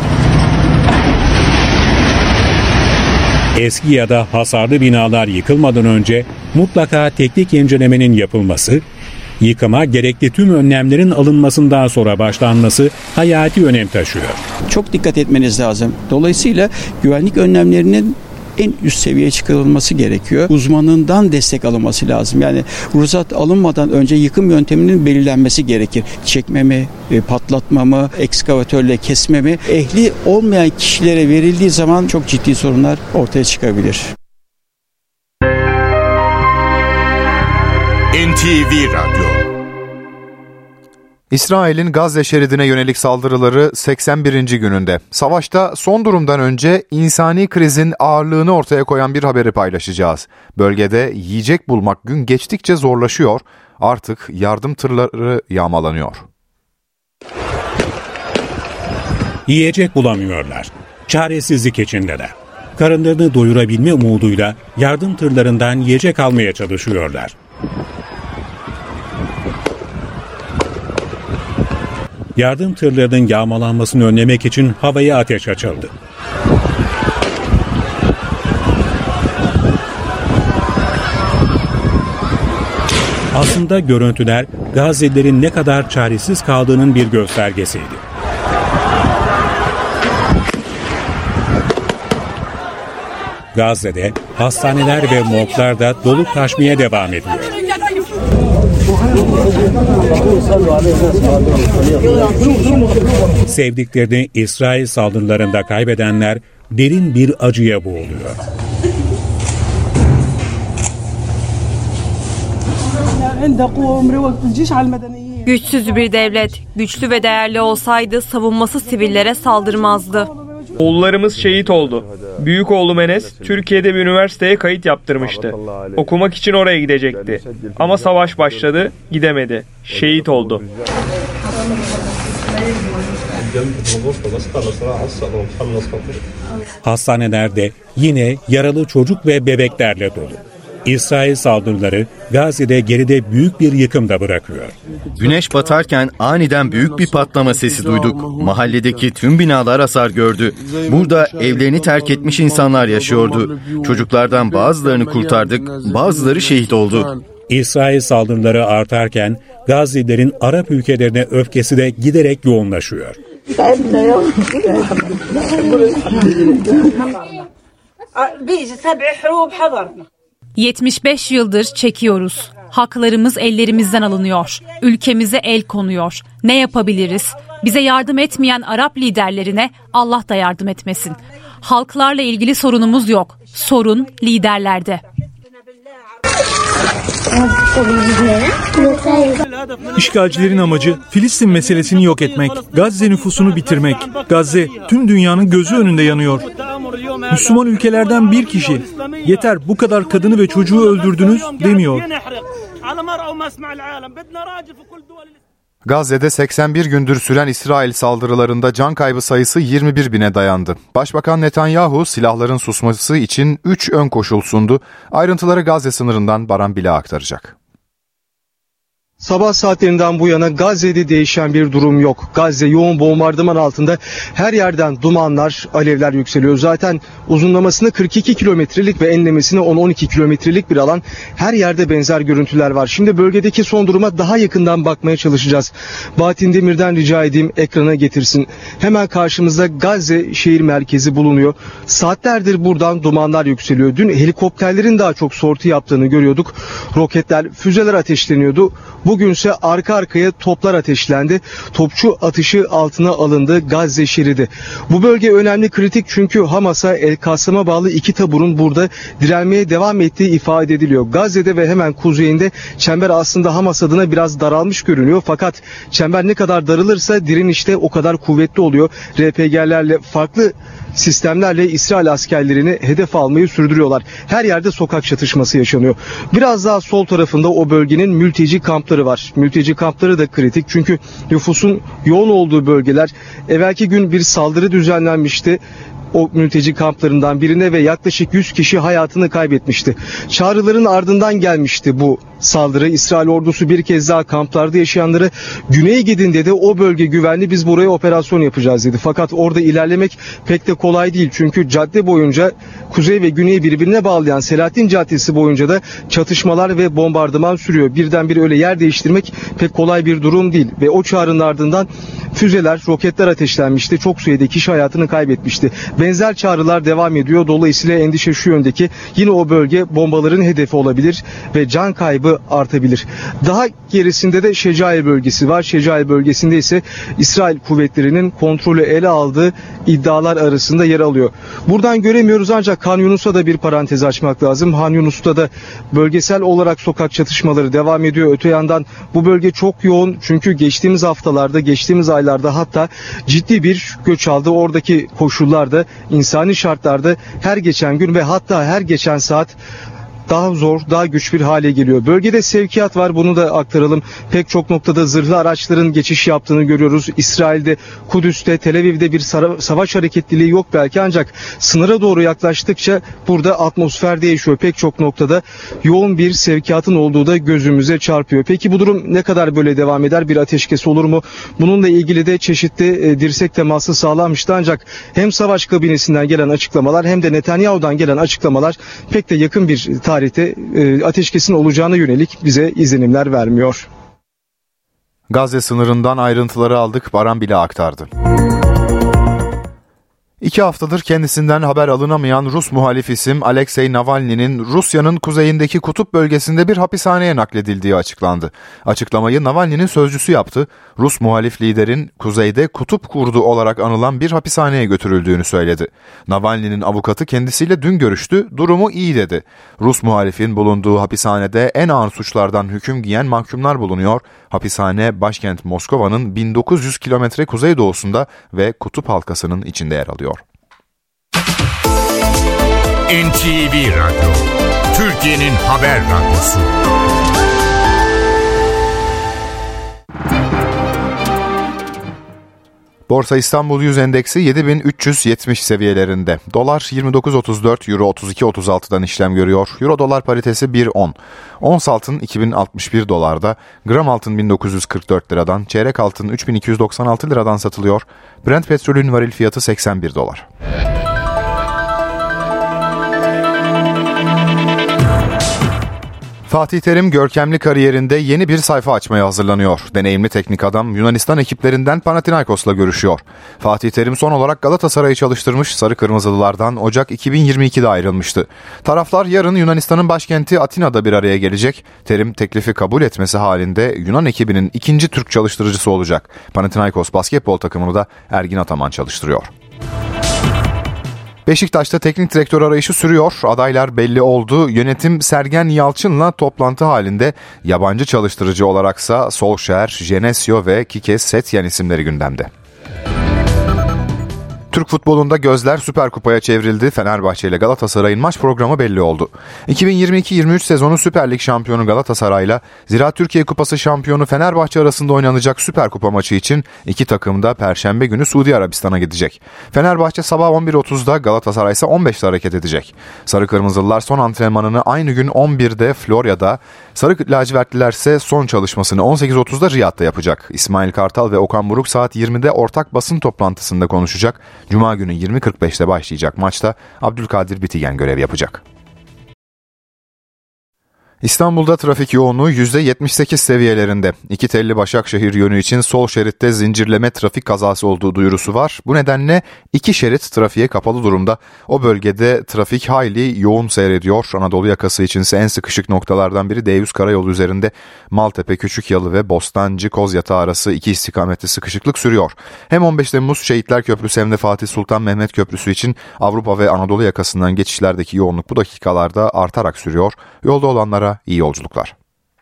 Eski ya da hasarlı binalar yıkılmadan önce mutlaka teknik incelemenin yapılması, yıkıma gerekli tüm önlemlerin alınmasından sonra başlanması hayati önem taşıyor. Çok dikkat etmeniz lazım. Dolayısıyla güvenlik önlemlerinin en üst seviyeye çıkarılması gerekiyor. Uzmanından destek alınması lazım. Yani ruhsat alınmadan önce yıkım yönteminin belirlenmesi gerekir. Çekme mi, patlatma mı, ekskavatörle kesme mi? Ehli olmayan kişilere verildiği zaman çok ciddi sorunlar ortaya çıkabilir. N T V Radyo. İsrail'in Gazze şeridine yönelik saldırıları seksen birinci gününde. Savaşta son durumdan önce insani krizin ağırlığını ortaya koyan bir haberi paylaşacağız. Bölgede yiyecek bulmak gün geçtikçe zorlaşıyor. Artık yardım tırları yağmalanıyor. Yiyecek bulamıyorlar. Çaresizlik içindeler. Karınlarını doyurabilme umuduyla yardım tırlarından yiyecek almaya çalışıyorlar. Yardım tırlarının yağmalanmasını önlemek için havaya ateş açıldı. Aslında görüntüler Gazze'lilerin ne kadar çaresiz kaldığının bir göstergesiydi. Gazze'de hastaneler ve morglar da dolup taşmaya devam ediyor. Sevdiklerini İsrail saldırılarında kaybedenler derin bir acıya boğuluyor. Güçsüz bir devlet, güçlü ve değerli olsaydı savunmasız sivillere saldırmazdı. Oğullarımız şehit oldu. Büyük oğlum Enes, Türkiye'de bir üniversiteye kayıt yaptırmıştı. Okumak için oraya gidecekti. Ama savaş başladı, gidemedi. Şehit oldu. Hastanelerde yine yaralı çocuk ve bebeklerle dolu. İsrail saldırıları Gazze'de geride büyük bir yıkım da bırakıyor. Güneş batarken aniden büyük bir patlama sesi duyduk. Mahalledeki tüm binalar hasar gördü. Burada evlerini terk etmiş insanlar yaşıyordu. Çocuklardan bazılarını kurtardık, bazıları şehit oldu. İsrail saldırıları artarken Gazze'lilerin Arap ülkelerine öfkesi de giderek yoğunlaşıyor. yetmiş beş yıldır çekiyoruz. Haklarımız ellerimizden alınıyor. Ülkemize el konuyor. Ne yapabiliriz? Bize yardım etmeyen Arap liderlerine Allah da yardım etmesin. Halklarla ilgili sorunumuz yok. Sorun liderlerde. İşgalcilerin amacı Filistin meselesini yok etmek, Gazze nüfusunu bitirmek. Gazze tüm dünyanın gözü önünde yanıyor. Müslüman ülkelerden bir kişi yeter bu kadar kadını ve çocuğu öldürdünüz demiyor. Gazze'de seksen bir gündür süren İsrail saldırılarında can kaybı sayısı yirmi bir bine dayandı. Başbakan Netanyahu silahların susması için üç ön koşul sundu. Ayrıntıları Gazze sınırından Baran Bil'a aktaracak. Sabah saatlerinden bu yana Gazze'de değişen bir durum yok. Gazze yoğun bombardıman altında, her yerden dumanlar, alevler yükseliyor. Zaten uzunlamasını kırk iki kilometrelik ve enlemesine on on iki kilometrelik bir alan, her yerde benzer görüntüler var. Şimdi bölgedeki son duruma daha yakından bakmaya çalışacağız. Bahattin Demir'den rica edeyim ekrana getirsin. Hemen karşımızda Gazze şehir merkezi bulunuyor. Saatlerdir buradan dumanlar yükseliyor. Dün helikopterlerin daha çok sortu yaptığını görüyorduk. Roketler, füzeler ateşleniyordu. Bugünse arka arkaya toplar ateşlendi. Topçu atışı altına alındı Gazze şeridi. Bu bölge önemli, kritik çünkü Hamas'a, El Kassam'a bağlı iki taburun burada direnmeye devam ettiği ifade ediliyor. Gazze'de ve hemen kuzeyinde çember aslında Hamas adına biraz daralmış görünüyor. Fakat çember ne kadar daralırsa direnişte o kadar kuvvetli oluyor. R P G'lerle, farklı sistemlerle İsrail askerlerini hedef almayı sürdürüyorlar. Her yerde sokak çatışması yaşanıyor. Biraz daha sol tarafında o bölgenin mülteci kampları var. Mülteci kampları da kritik çünkü nüfusun yoğun olduğu bölgeler. Evvelki gün bir saldırı düzenlenmişti o mülteci kamplarından birine ve yaklaşık yüz kişi hayatını kaybetmişti. Çağrıların ardından gelmişti bu saldırı. İsrail ordusu bir kez daha kamplarda yaşayanları güneye gidin dedi. O bölge güvenli, biz buraya operasyon yapacağız dedi. Fakat orada ilerlemek pek de kolay değil. Çünkü cadde boyunca kuzey ve güneyi birbirine bağlayan Selahattin Caddesi boyunca da çatışmalar ve bombardıman sürüyor. Birdenbire öyle yer değiştirmek pek kolay bir durum değil. Ve o çağrının ardından füzeler, roketler ateşlenmişti. Çok sayıda kişi hayatını kaybetmişti. Benzer çağrılar devam ediyor. Dolayısıyla endişe şu yöndeki, yine o bölge bombaların hedefi olabilir ve can kaybı artabilir. Daha gerisinde de Şecail bölgesi var. Şecail bölgesinde ise İsrail kuvvetlerinin kontrolü ele aldığı iddialar arasında yer alıyor. Buradan göremiyoruz ancak Han Yunus'a da bir parantez açmak lazım. Han Yunus'ta da bölgesel olarak sokak çatışmaları devam ediyor. Öte yandan bu bölge çok yoğun çünkü geçtiğimiz haftalarda, geçtiğimiz aylarda hatta ciddi bir göç aldı. Oradaki koşullarda, insani şartlarda her geçen gün ve hatta her geçen saat daha zor, daha güç bir hale geliyor. Bölgede sevkiyat var, bunu da aktaralım. Pek çok noktada zırhlı araçların geçiş yaptığını görüyoruz. İsrail'de, Kudüs'te, Tel Aviv'de bir savaş hareketliliği yok belki ancak sınıra doğru yaklaştıkça burada atmosfer değişiyor. Pek çok noktada yoğun bir sevkiyatın olduğu da gözümüze çarpıyor. Peki bu durum ne kadar böyle devam eder? Bir ateşkes olur mu? Bununla ilgili de çeşitli e, dirsek teması sağlanmıştı ancak hem savaş kabinesinden gelen açıklamalar hem de Netanyahu'dan gelen açıklamalar pek de yakın bir tarih tarihte e, ateşkesin olacağına yönelik bize izlenimler vermiyor. Gazze sınırından ayrıntıları aldık, Baran Bil'a aktardı. İki haftadır kendisinden haber alınamayan Rus muhalif isim Alexei Navalny'nin Rusya'nın kuzeyindeki Kutup bölgesinde bir hapishaneye nakledildiği açıklandı. Açıklamayı Navalny'nin sözcüsü yaptı. Rus muhalif liderin kuzeyde Kutup kurdu olarak anılan bir hapishaneye götürüldüğünü söyledi. Navalny'nin avukatı kendisiyle dün görüştü, durumu iyi dedi. Rus muhalifin bulunduğu hapishanede en ağır suçlardan hüküm giyen mahkumlar bulunuyor. Hapishane başkent Moskova'nın bin dokuz yüz kilometre kuzeydoğusunda ve Kutup halkasının içinde yer alıyor. N T V Radyo, Türkiye'nin haber radyosu. Borsa İstanbul Yüz Endeksi yedi bin üç yüz yetmiş seviyelerinde. Dolar yirmi dokuz otuz dört, Euro otuz iki otuz altıdan işlem görüyor. Euro dolar paritesi bir on. Ons altın iki bin altmış bir dolarda, gram altın bin dokuz yüz kırk dört liradan, çeyrek altın üç bin iki yüz doksan altı liradan satılıyor. Brent petrolün varil fiyatı seksen bir dolar. Fatih Terim görkemli kariyerinde yeni bir sayfa açmaya hazırlanıyor. Deneyimli teknik adam Yunanistan ekiplerinden Panathinaikos'la görüşüyor. Fatih Terim son olarak Galatasaray'ı çalıştırmış, Sarı Kırmızılılardan Ocak iki bin yirmi ikide ayrılmıştı. Taraflar yarın Yunanistan'ın başkenti Atina'da bir araya gelecek. Terim teklifi kabul etmesi halinde Yunan ekibinin ikinci Türk çalıştırıcısı olacak. Panathinaikos basketbol takımını da Ergin Ataman çalıştırıyor. Beşiktaş'ta teknik direktör arayışı sürüyor. Adaylar belli oldu. Yönetim Sergen Yalçın'la toplantı halinde. Yabancı çalıştırıcı olaraksa Solskjaer, Genesio ve Kike Setien isimleri gündemde. Türk futbolunda gözler Süper Kupa'ya çevrildi. Fenerbahçe ile Galatasaray'ın maç programı belli oldu. iki bin yirmi iki yirmi üç sezonu Süper Lig şampiyonu Galatasaray'la Ziraat Türkiye Kupası şampiyonu Fenerbahçe arasında oynanacak Süper Kupa maçı için iki takım da Perşembe günü Suudi Arabistan'a gidecek. Fenerbahçe sabah on bir otuzda, Galatasaray ise on beşte hareket edecek. Sarı Kırmızılılar son antrenmanını aynı gün on birde Florya'da, Sarı Lacivertliler ise son çalışmasını on sekiz otuzda Riyad'da yapacak. İsmail Kartal ve Okan Buruk saat yirmide ortak basın toplantısında konuşacak. Cuma günü yirmi kırk beşte başlayacak maçta Abdülkadir Bitigen görev yapacak. İstanbul'da trafik yoğunluğu yüzde yetmiş sekiz seviyelerinde. İki telli Başakşehir yönü için sol şeritte zincirleme trafik kazası olduğu duyurusu var. Bu nedenle iki şerit trafiğe kapalı durumda. O bölgede trafik hayli yoğun seyrediyor. Anadolu yakası içinse en sıkışık noktalardan biri D yüz karayolu üzerinde Maltepe, Küçükyalı ve Bostancı Kozyatağı arası iki istikamette sıkışıklık sürüyor. Hem on beş Temmuz Şehitler Köprüsü hem de Fatih Sultan Mehmet Köprüsü için Avrupa ve Anadolu yakasından geçişlerdeki yoğunluk bu dakikalarda artarak sürüyor. Yolda olanlara İyi yolculuklar.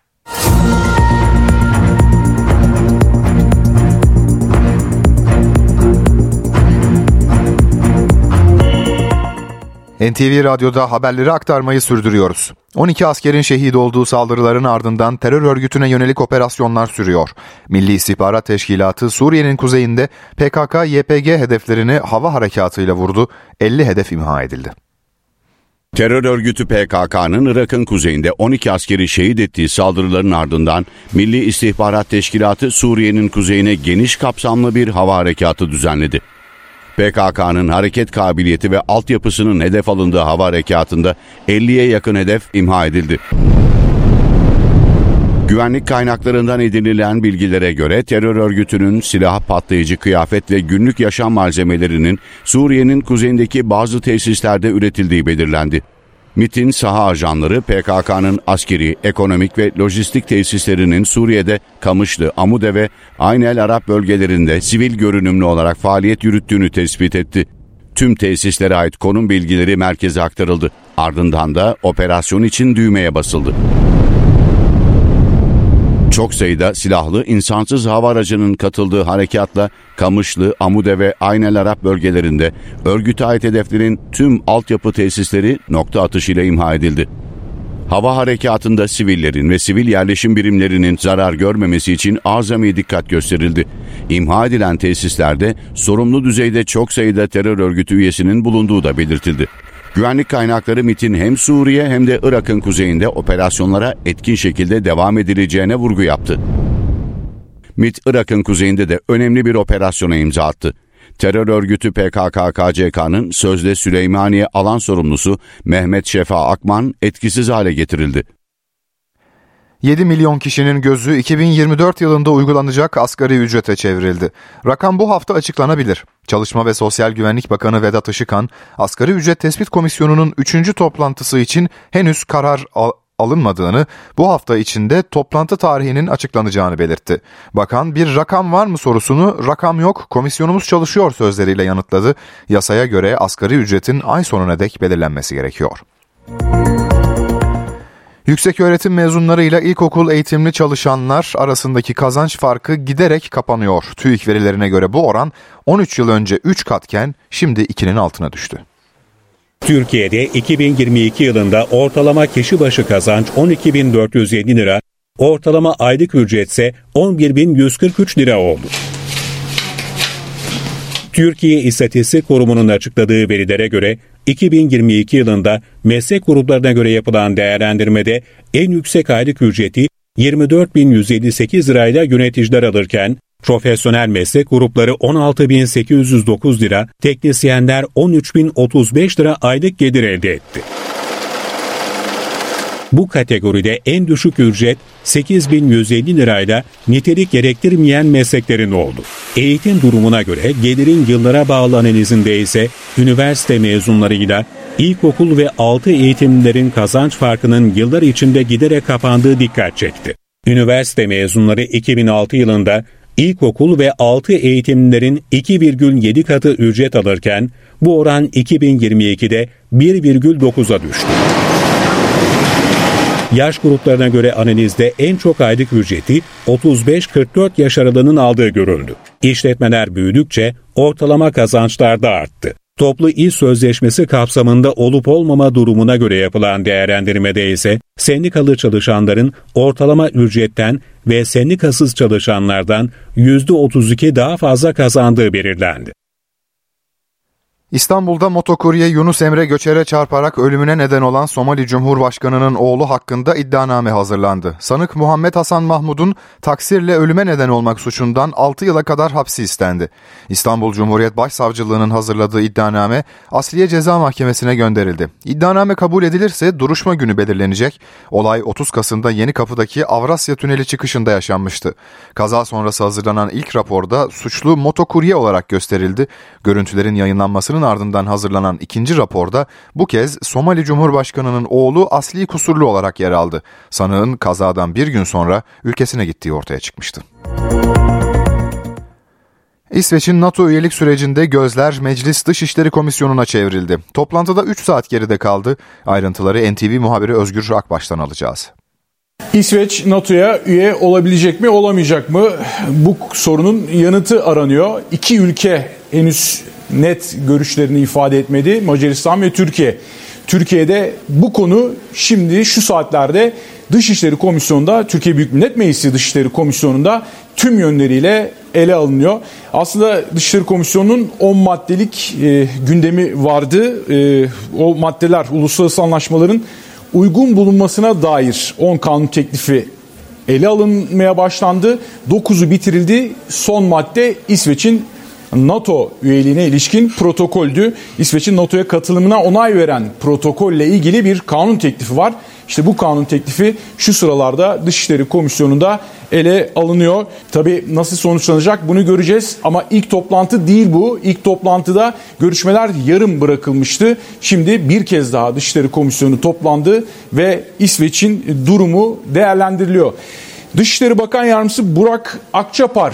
N T V Radyo'da haberleri aktarmayı sürdürüyoruz. on iki askerin şehit olduğu saldırıların ardından terör örgütüne yönelik operasyonlar sürüyor. Milli İstihbarat Teşkilatı Suriye'nin kuzeyinde P K K Y P G hedeflerini hava harekatıyla vurdu. elli hedef imha edildi. Terör örgütü P K K'nın Irak'ın kuzeyinde on iki askeri şehit ettiği saldırıların ardından Milli İstihbarat Teşkilatı Suriye'nin kuzeyine geniş kapsamlı bir hava harekatı düzenledi. P K K'nın hareket kabiliyeti ve altyapısının hedef alındığı hava harekatında elliye yakın hedef imha edildi. Güvenlik kaynaklarından edinilen bilgilere göre terör örgütünün silah, patlayıcı kıyafet ve günlük yaşam malzemelerinin Suriye'nin kuzeyindeki bazı tesislerde üretildiği belirlendi. MİT'in saha ajanları P K K'nın askeri, ekonomik ve lojistik tesislerinin Suriye'de Kamışlı, Amude ve Ayn el Arab bölgelerinde sivil görünümlü olarak faaliyet yürüttüğünü tespit etti. Tüm tesislere ait konum bilgileri merkeze aktarıldı. Ardından da operasyon için düğmeye basıldı. Çok sayıda silahlı insansız hava aracının katıldığı harekatla Kamışlı, Amude ve Ayn el Arab bölgelerinde örgüte ait hedeflerin tüm altyapı tesisleri nokta atışıyla imha edildi. Hava harekatında sivillerin ve sivil yerleşim birimlerinin zarar görmemesi için azami dikkat gösterildi. İmha edilen tesislerde sorumlu düzeyde çok sayıda terör örgütü üyesinin bulunduğu da belirtildi. Güvenlik kaynakları MİT'in hem Suriye hem de Irak'ın kuzeyinde operasyonlara etkin şekilde devam edileceğine vurgu yaptı. MİT, Irak'ın kuzeyinde de önemli bir operasyona imza attı. Terör örgütü P K K K C K'nın sözde Süleymaniye alan sorumlusu Mehmet Şefa Akman etkisiz hale getirildi. yedi milyon kişinin gözü iki bin yirmi dört yılında uygulanacak asgari ücrete çevrildi. Rakam bu hafta açıklanabilir. Çalışma ve Sosyal Güvenlik Bakanı Vedat Işıkhan, Asgari Ücret Tespit Komisyonu'nun üçüncü toplantısı için henüz karar al- alınmadığını, bu hafta içinde toplantı tarihinin açıklanacağını belirtti. Bakan, bir rakam var mı sorusunu rakam yok, komisyonumuz çalışıyor sözleriyle yanıtladı. Yasaya göre asgari ücretin ay sonuna dek belirlenmesi gerekiyor. Yükseköğretim mezunlarıyla ilkokul eğitimli çalışanlar arasındaki kazanç farkı giderek kapanıyor. TÜİK verilerine göre bu oran on üç yıl önce üç katken şimdi ikinin altına düştü. Türkiye'de iki bin yirmi iki yılında ortalama kişi başı kazanç on iki bin dört yüz yedi lira, ortalama aylık ücretse on bir bin yüz kırk üç lira oldu. Türkiye İstatistik Kurumu'nun açıkladığı verilere göre iki bin yirmi iki yılında meslek gruplarına göre yapılan değerlendirmede en yüksek aylık ücreti yirmi dört bin yüz elli sekiz lirayla yöneticiler alırken profesyonel meslek grupları on altı bin sekiz yüz dokuz lira, teknisyenler on üç bin otuz beş lira aylık gelir elde etti. Bu kategoride en düşük ücret sekiz bin yüz elli lirayla nitelik gerektirmeyen mesleklerin oldu. Eğitim durumuna göre gelirin yıllara bağlı analizinde ise üniversite mezunlarıyla ilkokul ve altı eğitimlilerin kazanç farkının yıllar içinde giderek kapandığı dikkat çekti. Üniversite mezunları iki bin altı yılında ilkokul ve altı eğitimlilerin iki virgül yedi katı ücret alırken bu oran iki bin yirmi ikide bir virgül dokuza düştü. Yaş gruplarına göre analizde en çok aylık ücreti otuz beş kırk dört yaş aralığının aldığı görüldü. İşletmeler büyüdükçe ortalama kazançlar da arttı. Toplu iş sözleşmesi kapsamında olup olmama durumuna göre yapılan değerlendirmede ise sendikalı çalışanların ortalama ücretten ve sendikasız çalışanlardan yüzde otuz iki daha fazla kazandığı belirlendi. İstanbul'da motokurye Yunus Emre Göçer'e çarparak ölümüne neden olan Somali Cumhurbaşkanı'nın oğlu hakkında iddianame hazırlandı. Sanık Muhammed Hasan Mahmud'un taksirle ölüme neden olmak suçundan altı yıla kadar hapsi istendi. İstanbul Cumhuriyet Başsavcılığı'nın hazırladığı iddianame Asliye Ceza Mahkemesi'ne gönderildi. İddianame kabul edilirse duruşma günü belirlenecek. Olay otuz Kasım'da Yenikapı'daki Avrasya Tüneli çıkışında yaşanmıştı. Kaza sonrası hazırlanan ilk raporda suçlu motokurye olarak gösterildi. Görüntülerin yayınlanmasının ardından hazırlanan ikinci raporda bu kez Somali Cumhurbaşkanı'nın oğlu Asli kusurlu olarak yer aldı. Sanığın kazadan bir gün sonra ülkesine gittiği ortaya çıkmıştı. İsveç'in NATO üyelik sürecinde gözler Meclis Dışişleri Komisyonu'na çevrildi. Toplantıda üç saat geride kaldı. Ayrıntıları N T V muhabiri Özgür Akbaş'tan alacağız. İsveç NATO'ya üye olabilecek mi, olamayacak mı? Bu sorunun yanıtı aranıyor. İki ülke henüz net görüşlerini ifade etmedi. Macaristan ve Türkiye. Türkiye'de bu konu şimdi şu saatlerde Dışişleri Komisyonu'nda, Türkiye Büyük Millet Meclisi Dışişleri Komisyonu'nda tüm yönleriyle ele alınıyor. Aslında Dışişleri Komisyonu'nun on maddelik e, gündemi vardı. E, o maddeler uluslararası anlaşmaların uygun bulunmasına dair on kanun teklifi ele alınmaya başlandı. dokuzu bitirildi. Son madde İsveç'in NATO üyeliğine ilişkin protokoldü. İsveç'in NATO'ya katılımına onay veren protokolle ilgili bir kanun teklifi var. İşte bu kanun teklifi şu sıralarda Dışişleri Komisyonu'nda ele alınıyor. Tabii nasıl sonuçlanacak bunu göreceğiz ama ilk toplantı değil bu. İlk toplantıda görüşmeler yarım bırakılmıştı. Şimdi bir kez daha Dışişleri Komisyonu toplandı ve İsveç'in durumu değerlendiriliyor. Dışişleri Bakan Yardımcısı Burak Akçapar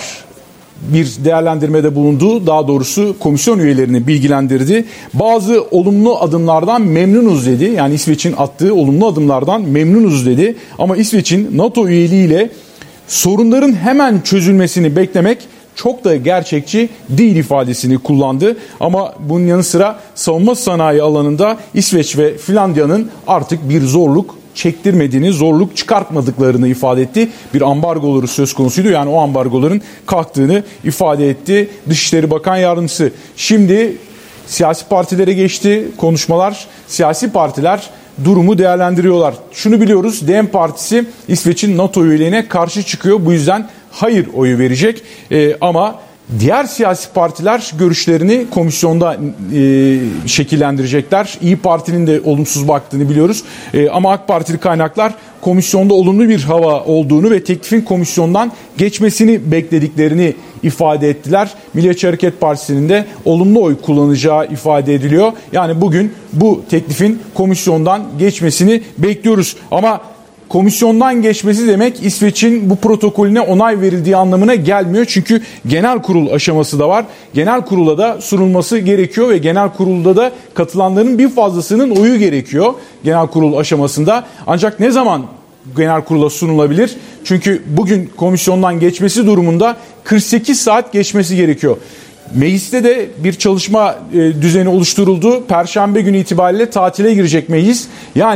bir değerlendirmede bulundu. Daha doğrusu komisyon üyelerini bilgilendirdi. Bazı olumlu adımlardan memnunuz dedi. Yani İsveç'in attığı olumlu adımlardan memnunuz dedi. Ama İsveç'in NATO üyeliğiyle sorunların hemen çözülmesini beklemek çok da gerçekçi değil ifadesini kullandı. Ama bunun yanı sıra savunma sanayi alanında İsveç ve Finlandiya'nın artık bir zorluk çektirmediğini, zorluk çıkartmadıklarını ifade etti. Bir ambargoları söz konusuydu. Yani o ambargoların kalktığını ifade etti Dışişleri Bakan Yardımcısı. Şimdi siyasi partilere geçti konuşmalar. Siyasi partiler durumu değerlendiriyorlar. Şunu biliyoruz, D E M Partisi İsveç'in NATO üyeliğine karşı çıkıyor. Bu yüzden hayır oyu verecek. Ee, ama diğer siyasi partiler görüşlerini komisyonda e, şekillendirecekler. İYİ Parti'nin de olumsuz baktığını biliyoruz. E, ama AK Partili kaynaklar komisyonda olumlu bir hava olduğunu ve teklifin komisyondan geçmesini beklediklerini ifade ettiler. Milliyetçi Hareket Partisi'nin de olumlu oy kullanacağı ifade ediliyor. Yani bugün bu teklifin komisyondan geçmesini bekliyoruz. Ama komisyondan geçmesi demek İsveç'in bu protokolüne onay verildiği anlamına gelmiyor. Çünkü genel kurul aşaması da var. Genel kurula da sunulması gerekiyor ve genel kurulda da katılanların bir fazlasının oyu gerekiyor genel kurul aşamasında. Ancak ne zaman genel kurula sunulabilir? Çünkü bugün komisyondan geçmesi durumunda kırk sekiz saat geçmesi gerekiyor. Mecliste de bir çalışma düzeni oluşturuldu. Perşembe günü itibariyle tatile girecek meclis. Yani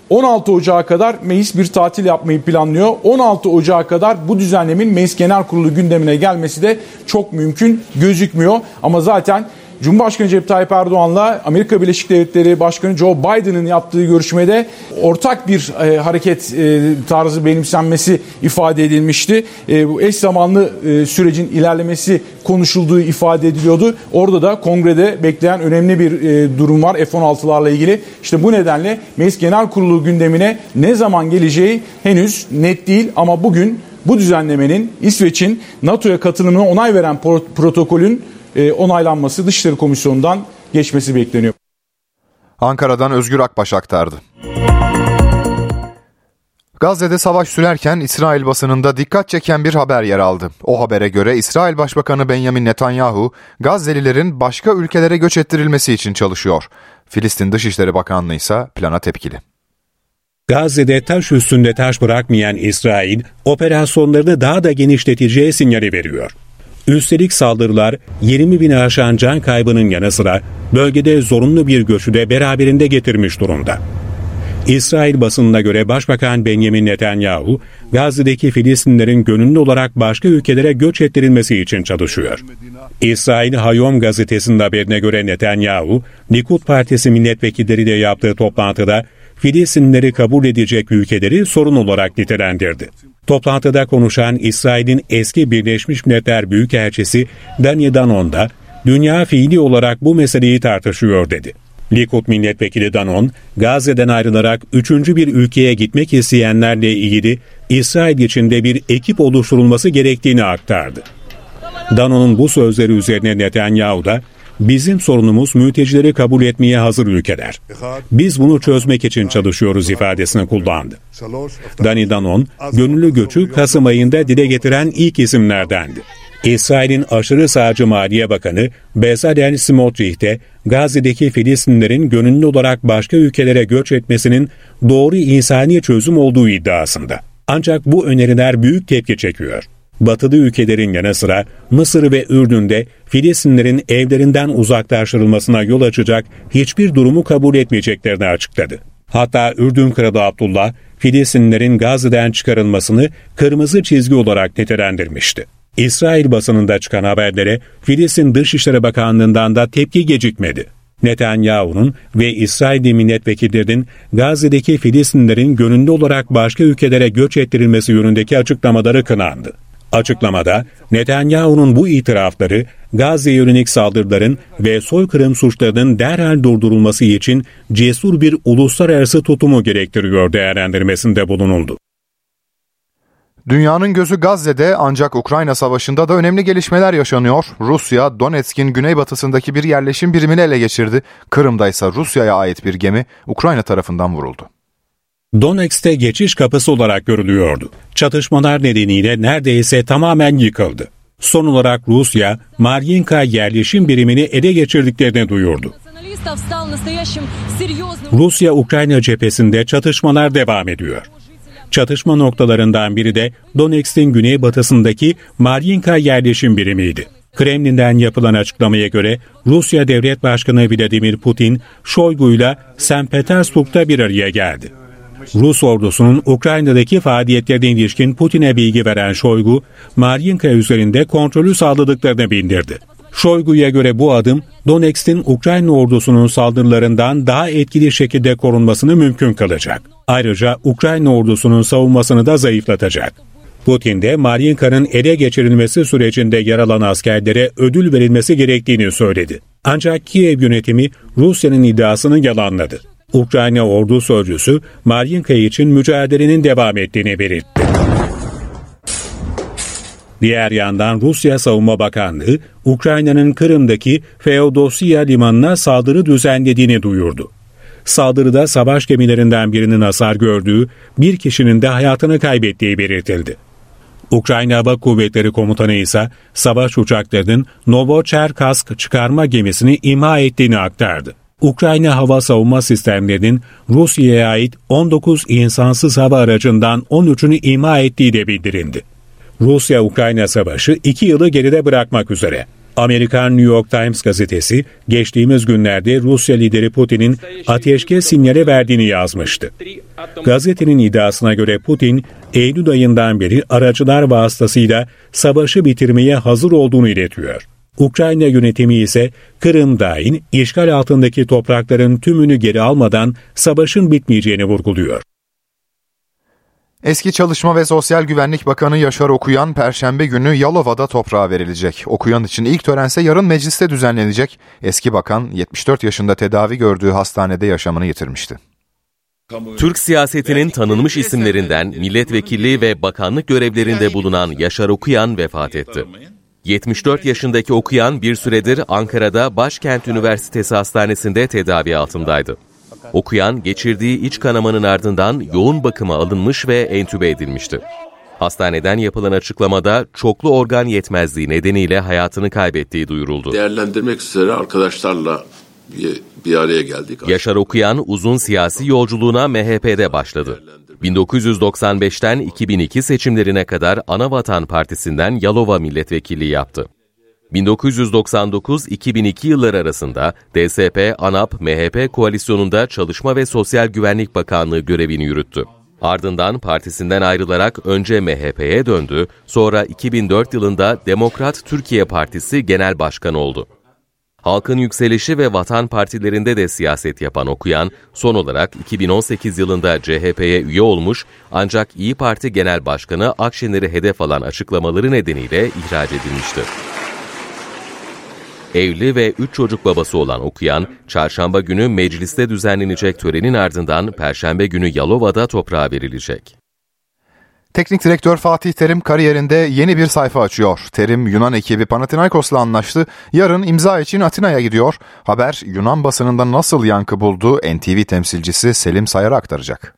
on altı Ocağı kadar meclis bir tatil yapmayı planlıyor. on altı Ocağı kadar bu düzenlemenin Meclis Genel Kurulu gündemine gelmesi de çok mümkün gözükmüyor. Ama zaten Cumhurbaşkanı Recep Tayyip Erdoğan'la Amerika Birleşik Devletleri Başkanı Joe Biden'ın yaptığı görüşmede ortak bir e, hareket e, tarzı benimsenmesi ifade edilmişti. E, bu eş zamanlı e, sürecin ilerlemesi konuşulduğu ifade ediliyordu. Orada da kongrede bekleyen önemli bir e, durum var F on altılarla ilgili. İşte bu nedenle Meclis Genel Kurulu gündemine ne zaman geleceği henüz net değil ama bugün bu düzenlemenin İsveç'in NATO'ya katılımına onay veren protokolün onaylanması Dışişleri Komisyonu'ndan geçmesi bekleniyor. Ankara'dan Özgür Akbaş aktardı. Gazze'de savaş sürerken İsrail basınında dikkat çeken bir haber yer aldı. O habere göre İsrail Başbakanı Benjamin Netanyahu, Gazze'lilerin başka ülkelere göç ettirilmesi için çalışıyor. Filistin Dışişleri Bakanlığı ise plana tepkili. Gazze'de taş üstünde taş bırakmayan İsrail, operasyonlarını daha da genişleteceği sinyali veriyor. Üstelik saldırılar yirmi bini aşan can kaybının yanı sıra bölgede zorunlu bir göçü de beraberinde getirmiş durumda. İsrail basınına göre Başbakan Benjamin Netanyahu, Gazze'deki Filistinlerin gönüllü olarak başka ülkelere göç ettirilmesi için çalışıyor. İsrail Hayom gazetesinin haberine göre Netanyahu, Likud Partisi milletvekilleriyle yaptığı toplantıda Filistinleri kabul edecek ülkeleri sorun olarak nitelendirdi. Toplantıda konuşan İsrail'in eski Birleşmiş Milletler Büyükelçisi Dani Danon da dünya fiili olarak bu meseleyi tartışıyor dedi. Likud milletvekili Danon, Gazze'den ayrılarak üçüncü bir ülkeye gitmek isteyenlerle ilgili İsrail içinde bir ekip oluşturulması gerektiğini aktardı. Danon'un bu sözleri üzerine Netanyahu da bizim sorunumuz mültecileri kabul etmeye hazır ülkeler. Biz bunu çözmek için çalışıyoruz ifadesini kullandı. Dani Danon, gönüllü göçü Kasım ayında dile getiren ilk isimlerdendi. İsrail'in aşırı sağcı Maliye Bakanı Bezalel Smotrich de Gazze'deki Filistinlerin gönüllü olarak başka ülkelere göç etmesinin doğru insani çözüm olduğu iddiasında. Ancak bu öneriler büyük tepki çekiyor. Batılı ülkelerin yanı sıra Mısır ve Ürdün'de Filistinlerin evlerinden uzaklaştırılmasına yol açacak hiçbir durumu kabul etmeyeceklerini açıkladı. Hatta Ürdün Kralı Abdullah, Filistinlerin Gazze'den çıkarılmasını kırmızı çizgi olarak nitelendirmişti. İsrail basınında çıkan haberlere Filistin Dışişleri Bakanlığı'ndan da tepki gecikmedi. Netanyahu'nun ve İsrail'li milletvekillerinin Gazze'deki Filistinlerin gönüllü olarak başka ülkelere göç ettirilmesi yönündeki açıklamaları kınandı. Açıklamada Netanyahu'nun bu itirafları Gazze yönelik saldırıların ve soykırım suçlarının derhal durdurulması için cesur bir uluslararası tutumu gerektiriyor değerlendirmesinde bulunuldu. Dünyanın gözü Gazze'de ancak Ukrayna Savaşı'nda da önemli gelişmeler yaşanıyor. Rusya, Donetsk'in güneybatısındaki bir yerleşim birimini ele geçirdi. Kırım'da ise Rusya'ya ait bir gemi Ukrayna tarafından vuruldu. Donetsk'te geçiş kapısı olarak görülüyordu. Çatışmalar nedeniyle neredeyse tamamen yıkıldı. Son olarak Rusya, Maryinka yerleşim birimini ele geçirdiklerini duyurdu. Rusya-Ukrayna cephesinde çatışmalar devam ediyor. Çatışma noktalarından biri de Donetsk'in güneybatısındaki Maryinka yerleşim birimiydi. Kremlin'den yapılan açıklamaya göre Rusya Devlet Başkanı Vladimir Putin, Shoigu'yla Sankt Petersburg'da bir araya geldi. Rus ordusunun Ukrayna'daki faaliyetlerine ilişkin Putin'e bilgi veren Shoigu, Maryinka üzerinde kontrolü sağladıklarını bildirdi. Shoigu'ya göre bu adım, Donetsk'in Ukrayna ordusunun saldırılarından daha etkili şekilde korunmasını mümkün kılacak. Ayrıca Ukrayna ordusunun savunmasını da zayıflatacak. Putin de Maryinka'nın ele geçirilmesi sürecinde yer alan askerlere ödül verilmesi gerektiğini söyledi. Ancak Kiev yönetimi Rusya'nın iddiasını yalanladı. Ukrayna ordu sözcüsü Maryinka için mücadelenin devam ettiğini belirtti. Diğer yandan Rusya Savunma Bakanlığı, Ukrayna'nın Kırım'daki Feodosya limanına saldırı düzenlediğini duyurdu. Saldırıda savaş gemilerinden birinin hasar gördüğü, bir kişinin de hayatını kaybettiği belirtildi. Ukrayna Hava Kuvvetleri Komutanı ise savaş uçaklarının Novocherkassk çıkarma gemisini imha ettiğini aktardı. Ukrayna hava savunma sistemlerinin Rusya'ya ait on dokuz insansız hava aracından on üçünü imha ettiği de bildirildi. Rusya-Ukrayna savaşı iki yılı geride bırakmak üzere. Amerikan New York Times gazetesi geçtiğimiz günlerde Rusya lideri Putin'in ateşkes sinyali verdiğini yazmıştı. Gazetenin iddiasına göre Putin, Eylül ayından beri aracılar vasıtasıyla savaşı bitirmeye hazır olduğunu iletiyor. Ukrayna yönetimi ise Kırım dahil işgal altındaki toprakların tümünü geri almadan savaşın bitmeyeceğini vurguluyor. Eski Çalışma ve Sosyal Güvenlik Bakanı Yaşar Okuyan, Perşembe günü Yalova'da toprağa verilecek. Okuyan için ilk törense yarın mecliste düzenlenecek. Eski bakan, yetmiş dört yaşında tedavi gördüğü hastanede yaşamını yitirmişti. Türk siyasetinin tanınmış isimlerinden milletvekilliği ve bakanlık görevlerinde bulunan Yaşar Okuyan vefat etti. yetmiş dört yaşındaki Okuyan bir süredir Ankara'da Başkent Üniversitesi Hastanesi'nde tedavi altındaydı. Okuyan, geçirdiği iç kanamanın ardından yoğun bakıma alınmış ve entübe edilmişti. Hastaneden yapılan açıklamada çoklu organ yetmezliği nedeniyle hayatını kaybettiği duyuruldu. Değerlendirmek üzere arkadaşlarla bir, bir araya geldik. Yaşar Okuyan uzun siyasi yolculuğuna M H P'de başladı. bin dokuz yüz doksan beşten iki bin iki seçimlerine kadar Anavatan Partisi'nden Yalova milletvekilliği yaptı. bin dokuz yüz doksan dokuz iki bin iki yılları arasında D S P, ANAP, M H P koalisyonunda Çalışma ve Sosyal Güvenlik Bakanlığı görevini yürüttü. Ardından partisinden ayrılarak önce M H P'ye döndü, sonra iki bin dört yılında Demokrat Türkiye Partisi Genel Başkanı oldu. Halkın Yükselişi ve Vatan Partilerinde de siyaset yapan Okuyan, son olarak iki bin on sekiz yılında C H P'ye üye olmuş ancak İYİ Parti Genel Başkanı Akşener'i hedef alan açıklamaları nedeniyle ihraç edilmişti. Evli ve üç çocuk babası olan Okuyan, çarşamba günü mecliste düzenlenecek törenin ardından perşembe günü Yalova'da toprağa verilecek. Teknik direktör Fatih Terim kariyerinde yeni bir sayfa açıyor. Terim, Yunan ekibi Panathinaikos'la anlaştı. Yarın imza için Atina'ya gidiyor. Haber Yunan basınında nasıl yankı buldu N T V temsilcisi Selim Sayar'a aktaracak.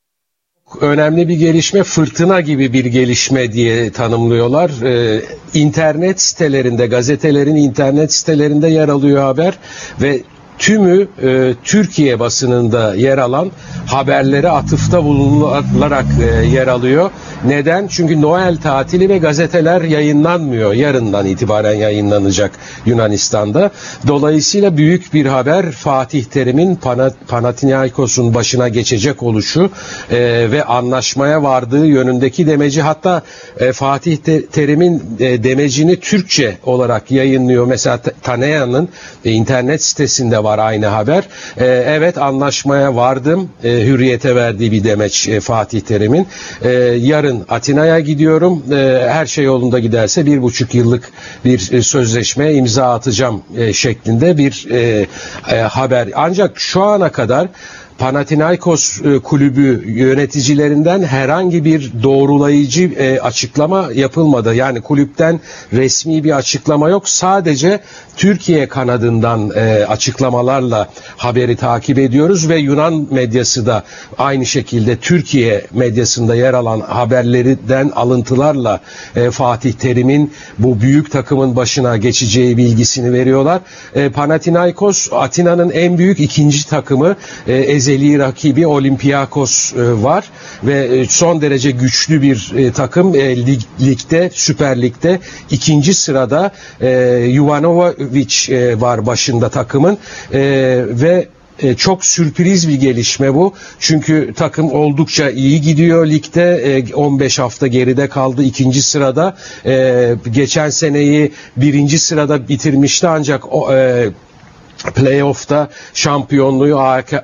Önemli bir gelişme, fırtına gibi bir gelişme diye tanımlıyorlar. Ee, internet sitelerinde, gazetelerin internet sitelerinde yer alıyor haber ve tümü e, Türkiye basınında yer alan haberlere atıfta bulunularak e, yer alıyor. Neden? Çünkü Noel tatili ve gazeteler yayınlanmıyor. Yarından itibaren yayınlanacak Yunanistan'da. Dolayısıyla büyük bir haber Fatih Terim'in Panathinaikos'un başına geçecek oluşu e, ve anlaşmaya vardığı yönündeki demeci. Hatta e, Fatih Terim'in e, demecini Türkçe olarak yayınlıyor. Mesela Tanea'nın e, internet sitesinde var aynı haber. E, evet anlaşmaya vardım. E, hürriyete verdiği bir demeç e, Fatih Terim'in. E, yarın Atina'ya gidiyorum. E, her şey yolunda giderse bir buçuk yıllık bir e, sözleşmeye imza atacağım e, şeklinde bir e, e, haber. Ancak şu ana kadar Panathinaikos e, kulübü yöneticilerinden herhangi bir doğrulayıcı e, açıklama yapılmadı. Yani kulüpten resmi bir açıklama yok. Sadece Türkiye kanadından e, açıklamalarla haberi takip ediyoruz ve Yunan medyası da aynı şekilde Türkiye medyasında yer alan haberlerden alıntılarla e, Fatih Terim'in bu büyük takımın başına geçeceği bilgisini veriyorlar. E, Panathinaikos Atina'nın en büyük ikinci takımı, e, ezeli rakibi Olympiakos e, var ve e, son derece güçlü bir e, takım. E, lig, ligde, Süper Lig'de ikinci sırada e, Jovanovic e, var başında takımın e, ve E, çok sürpriz bir gelişme bu. Çünkü takım oldukça iyi gidiyor ligde. E, on beş hafta geride kaldı ikinci sırada. E, geçen seneyi birinci sırada bitirmişti ancak o e, playoff'ta şampiyonluğu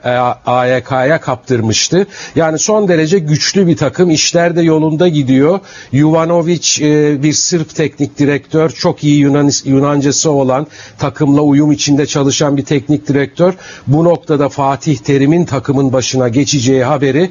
A Y K'ya kaptırmıştı. Yani son derece güçlü bir takım. İşler de yolunda gidiyor. Jovanovic bir Sırp teknik direktör. Çok iyi Yunan, Yunancası olan, takımla uyum içinde çalışan bir teknik direktör. Bu noktada Fatih Terim'in takımın başına geçeceği haberi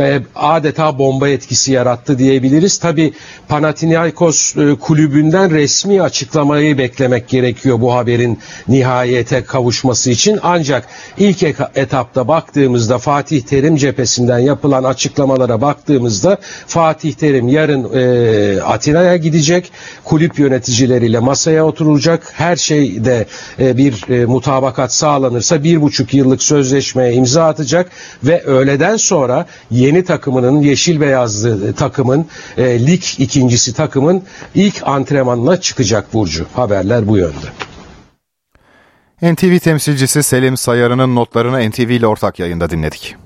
adeta bomba etkisi yarattı diyebiliriz. Tabii Panathinaikos kulübünden resmi açıklamayı beklemek gerekiyor bu haberin nihayete kavuşmasını oluşması için ancak ilk etapta baktığımızda Fatih Terim cephesinden yapılan açıklamalara baktığımızda Fatih Terim yarın e, Atina'ya gidecek, kulüp yöneticileriyle masaya oturulacak, her şeyde e, bir e, mutabakat sağlanırsa bir buçuk yıllık sözleşmeye imza atacak ve öğleden sonra yeni takımının, yeşil beyazlı takımın, e, lig ikincisi takımın ilk antrenmanına çıkacak Burcu. Haberler bu yönde. N T V temsilcisi Selim Sayarı'nın notlarını N T V ile ortak yayında dinledik.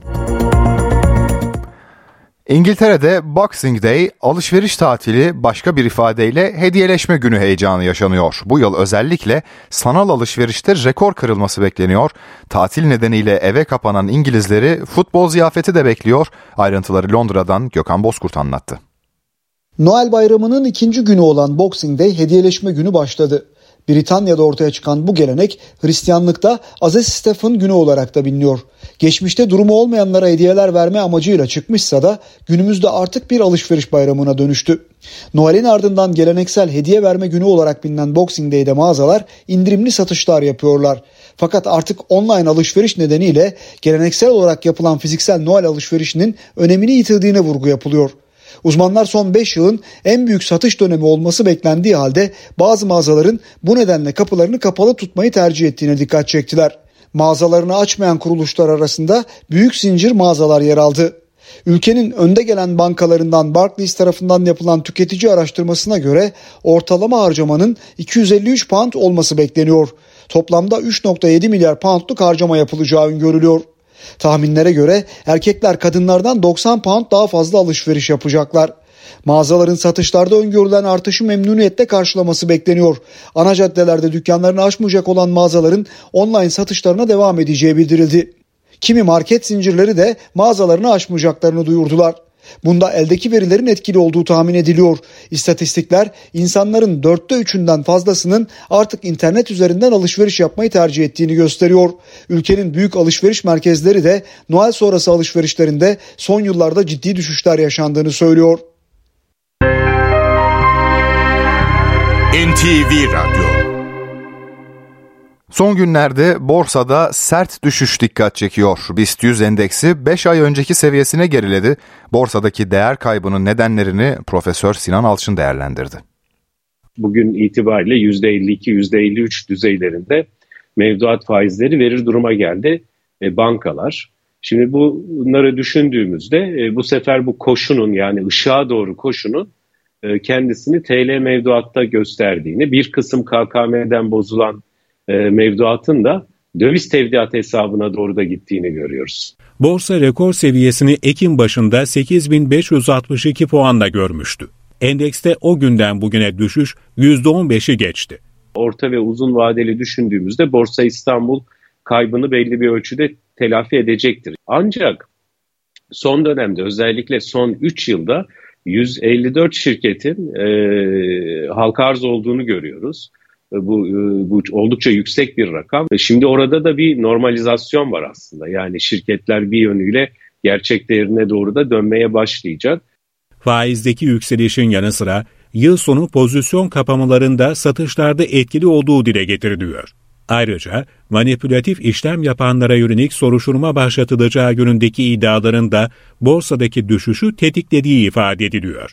İngiltere'de Boxing Day, alışveriş tatili, başka bir ifadeyle hediyeleşme günü heyecanı yaşanıyor. Bu yıl özellikle sanal alışverişte rekor kırılması bekleniyor. Tatil nedeniyle eve kapanan İngilizleri futbol ziyafeti de bekliyor. Ayrıntıları Londra'dan Gökhan Bozkurt anlattı. Noel Bayramı'nın ikinci günü olan Boxing Day hediyeleşme günü başladı. Britanya'da ortaya çıkan bu gelenek Hristiyanlıkta Aziz Stephen günü olarak da biliniyor. Geçmişte durumu olmayanlara hediyeler verme amacıyla çıkmışsa da günümüzde artık bir alışveriş bayramına dönüştü. Noel'in ardından geleneksel hediye verme günü olarak bilinen Boxing Day'de mağazalar indirimli satışlar yapıyorlar. Fakat artık online alışveriş nedeniyle geleneksel olarak yapılan fiziksel Noel alışverişinin önemini yitirdiğine vurgu yapılıyor. Uzmanlar son beş yılın en büyük satış dönemi olması beklendiği halde bazı mağazaların bu nedenle kapılarını kapalı tutmayı tercih ettiğine dikkat çektiler. Mağazalarını açmayan kuruluşlar arasında büyük zincir mağazalar yer aldı. Ülkenin önde gelen bankalarından Barclays tarafından yapılan tüketici araştırmasına göre ortalama harcamanın iki yüz elli üç pound olması bekleniyor. Toplamda üç virgül yedi milyar poundluk harcama yapılacağı öngörülüyor. Tahminlere göre erkekler kadınlardan doksan pound daha fazla alışveriş yapacaklar. Mağazaların satışlarda öngörülen artışı memnuniyetle karşılaması bekleniyor. Ana caddelerde dükkanlarını açmayacak olan mağazaların online satışlarına devam edeceği bildirildi. Kimi market zincirleri de mağazalarını açmayacaklarını duyurdular. Bunda eldeki verilerin etkili olduğu tahmin ediliyor. İstatistikler insanların dörtte üçünden fazlasının artık internet üzerinden alışveriş yapmayı tercih ettiğini gösteriyor. Ülkenin büyük alışveriş merkezleri de Noel sonrası alışverişlerinde son yıllarda ciddi düşüşler yaşandığını söylüyor. N T V Radyo. Son günlerde borsada sert düşüş dikkat çekiyor. BIST yüz endeksi beş ay önceki seviyesine geriledi. Borsadaki değer kaybının nedenlerini Profesör Sinan Alçın değerlendirdi. Bugün itibariyle yüzde elli iki yüzde elli üç düzeylerinde mevduat faizleri verir duruma geldi e, bankalar. Şimdi bunları düşündüğümüzde e, bu sefer bu koşunun, yani ışığa doğru koşunun e, kendisini T L mevduatta gösterdiğini, bir kısım K K M'den bozulan mevduatın da döviz tevdiat hesabına doğru da gittiğini görüyoruz. Borsa rekor seviyesini Ekim başında sekiz bin beş yüz altmış iki puanla görmüştü. Endekste o günden bugüne düşüş yüzde on beşi geçti. Orta ve uzun vadeli düşündüğümüzde Borsa İstanbul kaybını belli bir ölçüde telafi edecektir. Ancak son dönemde, özellikle son üç yılda yüz elli dört şirketin e, halka arz olduğunu görüyoruz. Bu, bu oldukça yüksek bir rakam. Şimdi orada da bir normalizasyon var aslında. Yani şirketler bir yönüyle gerçek değerine doğru da dönmeye başlayacak. Faizdeki yükselişin yanı sıra yıl sonu pozisyon kapamalarında satışlarda etkili olduğu dile getiriliyor. Ayrıca manipülatif işlem yapanlara yönelik soruşturma başlatılacağı yönündeki iddiaların da borsadaki düşüşü tetiklediği ifade ediliyor.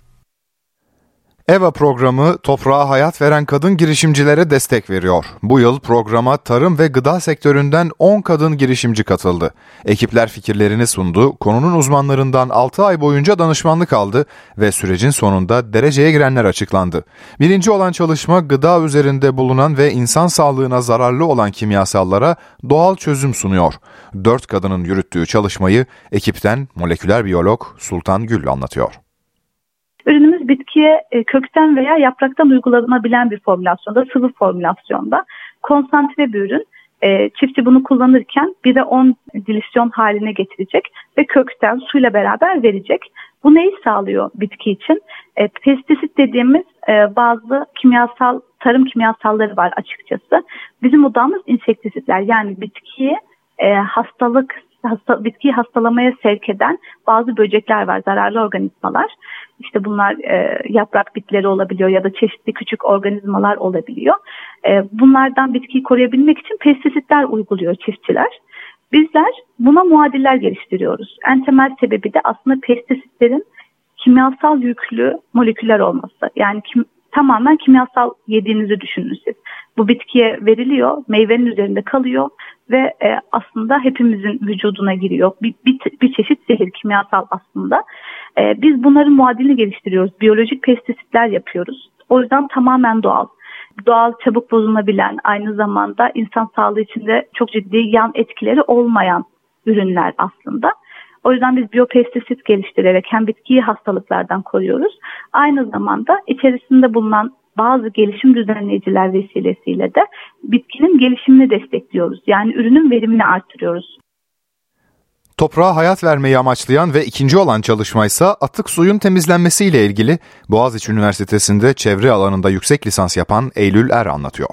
EVA programı toprağa hayat veren kadın girişimcilere destek veriyor. Bu yıl programa tarım ve gıda sektöründen on kadın girişimci katıldı. Ekipler fikirlerini sundu, konunun uzmanlarından altı ay boyunca danışmanlık aldı ve sürecin sonunda dereceye girenler açıklandı. Birinci olan çalışma gıda üzerinde bulunan ve insan sağlığına zararlı olan kimyasallara doğal çözüm sunuyor. Dört kadının yürüttüğü çalışmayı ekipten moleküler biyolog Sultan Gül anlatıyor. Ürünümüz bitkiye kökten veya yapraktan uygulanabilen bir formülasyonda, sıvı formülasyonda. Konsantre bir ürün. E, çiftçi bunu kullanırken bire on dilisyon haline getirecek ve kökten suyla beraber verecek. Bu neyi sağlıyor bitki için? E, pestisit dediğimiz e, bazı kimyasal, tarım kimyasalları var açıkçası. Bizim odamız insektisitler, yani bitkiye e, hastalık, hasta, bitkiyi hastalamaya sevk eden bazı böcekler var, zararlı organizmalar. İşte bunlar e, yaprak bitleri olabiliyor ya da çeşitli küçük organizmalar olabiliyor. Bunlardan bitkiyi koruyabilmek için pestisitler uyguluyor çiftçiler. Bizler buna muadiller geliştiriyoruz. En temel sebebi de aslında pestisitlerin kimyasal yüklü moleküller olması. Yani kim, tamamen kimyasal yediğinizi düşünün siz. Bu bitkiye veriliyor, meyvenin üzerinde kalıyor ve e, aslında hepimizin vücuduna giriyor. Bir, bir, bir çeşit zehir, kimyasal aslında. E, biz bunların muadilini geliştiriyoruz. Biyolojik pestisitler yapıyoruz. O yüzden tamamen doğal. Doğal, çabuk bozulabilen, aynı zamanda insan sağlığı için de çok ciddi yan etkileri olmayan ürünler aslında. O yüzden biz biyopestisit geliştirerek hem bitkiyi hastalıklardan koruyoruz. Aynı zamanda içerisinde bulunan bazı gelişim düzenleyiciler vesilesiyle de bitkinin gelişimini destekliyoruz. Yani ürünün verimini artırıyoruz. Toprağa hayat vermeyi amaçlayan ve ikinci olan çalışmaysa atık suyun temizlenmesiyle ilgili. Boğaziçi Üniversitesi'nde çevre alanında yüksek lisans yapan Eylül Er anlatıyor.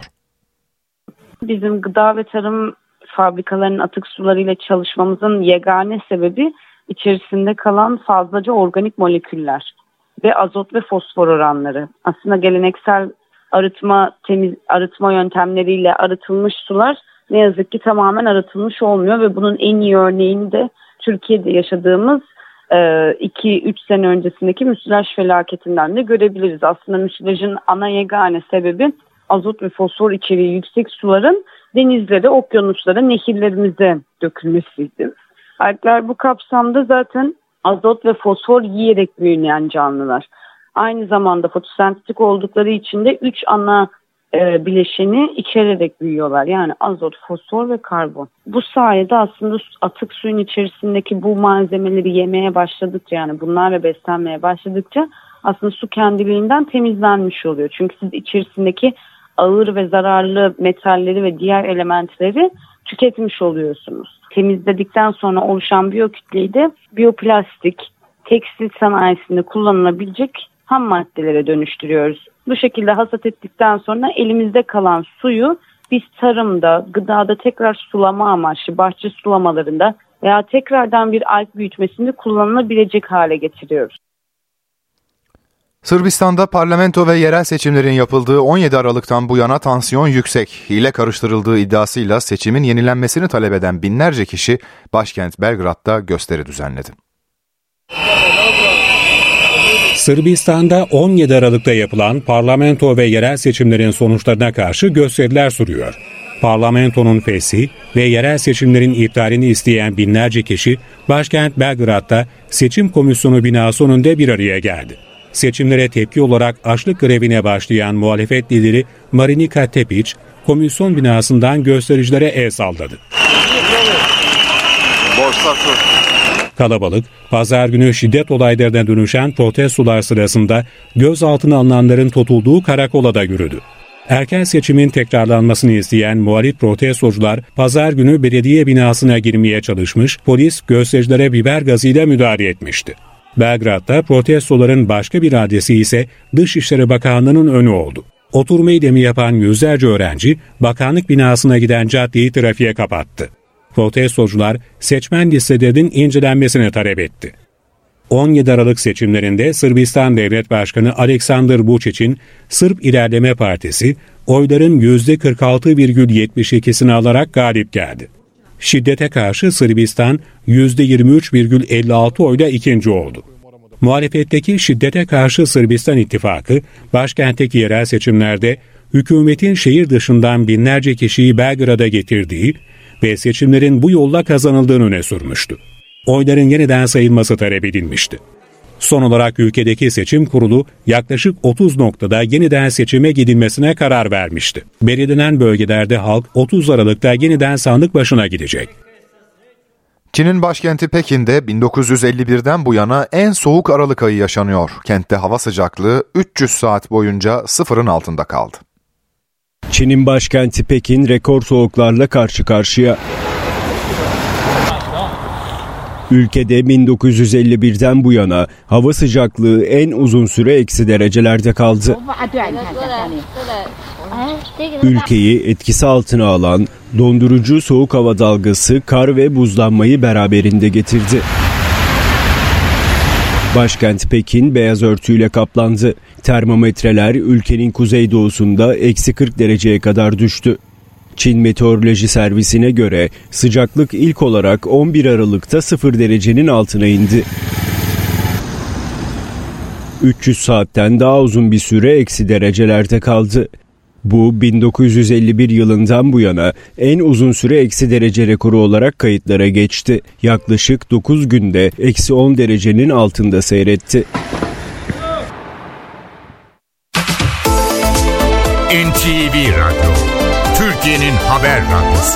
Bizim gıda ve tarım fabrikalarının atık sularıyla çalışmamızın yegane sebebi içerisinde kalan fazlaca organik moleküller ve azot ve fosfor oranları. Aslında geleneksel arıtma temiz arıtma yöntemleriyle arıtılmış sular ne yazık ki tamamen arıtılmış olmuyor ve bunun en iyi örneğini de Türkiye'de yaşadığımız iki üç sene öncesindeki müsilaj felaketinden de görebiliriz. Aslında müsilajın ana yegane sebebi azot ve fosfor içeriği yüksek suların denizlere, okyanuslara, nehirlerimize dökülmesiydi. Algler bu kapsamda zaten azot ve fosfor yiyerek büyüyen canlılar. Aynı zamanda fotosentetik oldukları için de üç ana e, bileşeni içererek büyüyorlar. Yani azot, fosfor ve karbon. Bu sayede aslında atık suyun içerisindeki bu malzemeleri yemeye başladıkça, yani bunlarla beslenmeye başladıkça aslında su kendiliğinden temizlenmiş oluyor. Çünkü siz içerisindeki ağır ve zararlı metalleri ve diğer elementleri tüketmiş oluyorsunuz. Temizledikten sonra oluşan biyokütleyi de biyoplastik, tekstil sanayisinde kullanılabilecek ham maddelere dönüştürüyoruz. Bu şekilde hasat ettikten sonra elimizde kalan suyu biz tarımda, gıdada tekrar sulama amaçlı, bahçe sulamalarında veya tekrardan bir alg büyütmesinde kullanılabilecek hale getiriyoruz. Sırbistan'da parlamento ve yerel seçimlerin yapıldığı on yedi Aralık'tan bu yana tansiyon yüksek. Hile karıştırıldığı iddiasıyla seçimin yenilenmesini talep eden binlerce kişi başkent Belgrad'da gösteri düzenledi. Sırbistan'da on yedi Aralık'ta yapılan parlamento ve yerel seçimlerin sonuçlarına karşı gösteriler sürüyor. Parlamentonun feshi ve yerel seçimlerin iptalini isteyen binlerce kişi başkent Belgrad'da seçim komisyonu binası önünde bir araya geldi. Seçimlere tepki olarak açlık grevine başlayan muhalefet lideri Marinika Tepić, komisyon binasından göstericilere el salladı. Kalabalık, pazar günü şiddet olaylarına dönüşen protestolar sırasında gözaltına alınanların tutulduğu karakola da yürüdü. Erken seçimin tekrarlanmasını isteyen muhalif protestocular pazar günü belediye binasına girmeye çalışmış, polis göstericilere biber gazıyla müdahale etmişti. Belgrad'da protestoların başka bir adresi ise Dışişleri Bakanlığı'nın önü oldu. Oturma eylemi yapan yüzlerce öğrenci bakanlık binasına giden caddeyi trafiğe kapattı. Protestocular seçmen listelerinin incelenmesini talep etti. on yedi Aralık seçimlerinde Sırbistan Devlet Başkanı Aleksandar Vučić'in Sırp İlerleme Partisi oyların yüzde kırk altı virgül yetmiş ikisini alarak galip geldi. Şiddete karşı Sırbistan yüzde yirmi üç virgül elli altı oyla ikinci oldu. Muhalefetteki Şiddete Karşı Sırbistan İttifakı, başkentteki yerel seçimlerde hükümetin şehir dışından binlerce kişiyi Belgrad'a getirdiği ve seçimlerin bu yolla kazanıldığını öne sürmüştü. Oyların yeniden sayılması talep edilmişti. Son olarak ülkedeki seçim kurulu yaklaşık otuz noktada yeniden seçime gidilmesine karar vermişti. Belirlenen bölgelerde halk otuz Aralık'ta yeniden sandık başına gidecek. Çin'in başkenti Pekin'de bin dokuz yüz elli birden bu yana en soğuk Aralık ayı yaşanıyor. Kentte hava sıcaklığı üç yüz saat boyunca sıfırın altında kaldı. Çin'in başkenti Pekin rekor soğuklarla karşı karşıya. Ülkede bin dokuz yüz elli birden bu yana hava sıcaklığı en uzun süre eksi derecelerde kaldı. Ülkeyi etkisi altına alan dondurucu soğuk hava dalgası kar ve buzlanmayı beraberinde getirdi. Başkent Pekin beyaz örtüyle kaplandı. Termometreler ülkenin kuzeydoğusunda eksi kırk dereceye kadar düştü. Çin Meteoroloji Servisi'ne göre sıcaklık ilk olarak on bir Aralık'ta sıfır derecenin altına indi. üç yüz saatten daha uzun bir süre eksi derecelerde kaldı. Bu bin dokuz yüz elli bir yılından bu yana en uzun süre eksi derece rekoru olarak kayıtlara geçti. Yaklaşık dokuz günde eksi on derecenin altında seyretti. N T V Radyo, Türkiye'nin haber radyosu.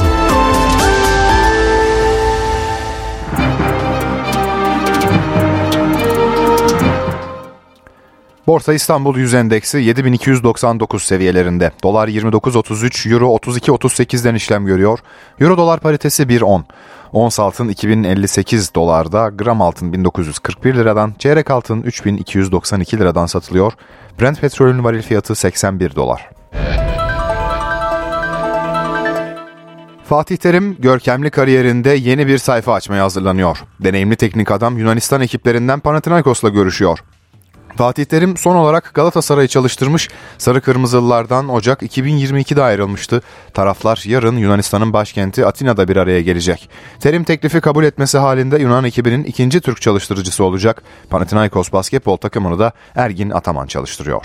Borsa İstanbul Yüz Endeksi yedi bin iki yüz doksan dokuz seviyelerinde. Dolar yirmi dokuz otuz üç, Euro otuz iki otuz sekizden işlem görüyor. Euro dolar paritesi bir virgül on. Ons altın iki bin elli sekiz dolarda, gram altın bin dokuz yüz kırk bir liradan, çeyrek altın üç bin iki yüz doksan iki liradan satılıyor. Brent petrolün varil fiyatı seksen bir dolar. Fatih Terim, görkemli kariyerinde yeni bir sayfa açmaya hazırlanıyor. Deneyimli teknik adam Yunanistan ekiplerinden Panathinaikos'la görüşüyor. Fatih Terim son olarak Galatasaray'ı çalıştırmış, Sarı Kırmızılılardan Ocak iki bin yirmi ikide ayrılmıştı. Taraflar yarın Yunanistan'ın başkenti Atina'da bir araya gelecek. Terim teklifi kabul etmesi halinde Yunan ekibinin ikinci Türk çalıştırıcısı olacak. Panathinaikos basketbol takımını da Ergin Ataman çalıştırıyor.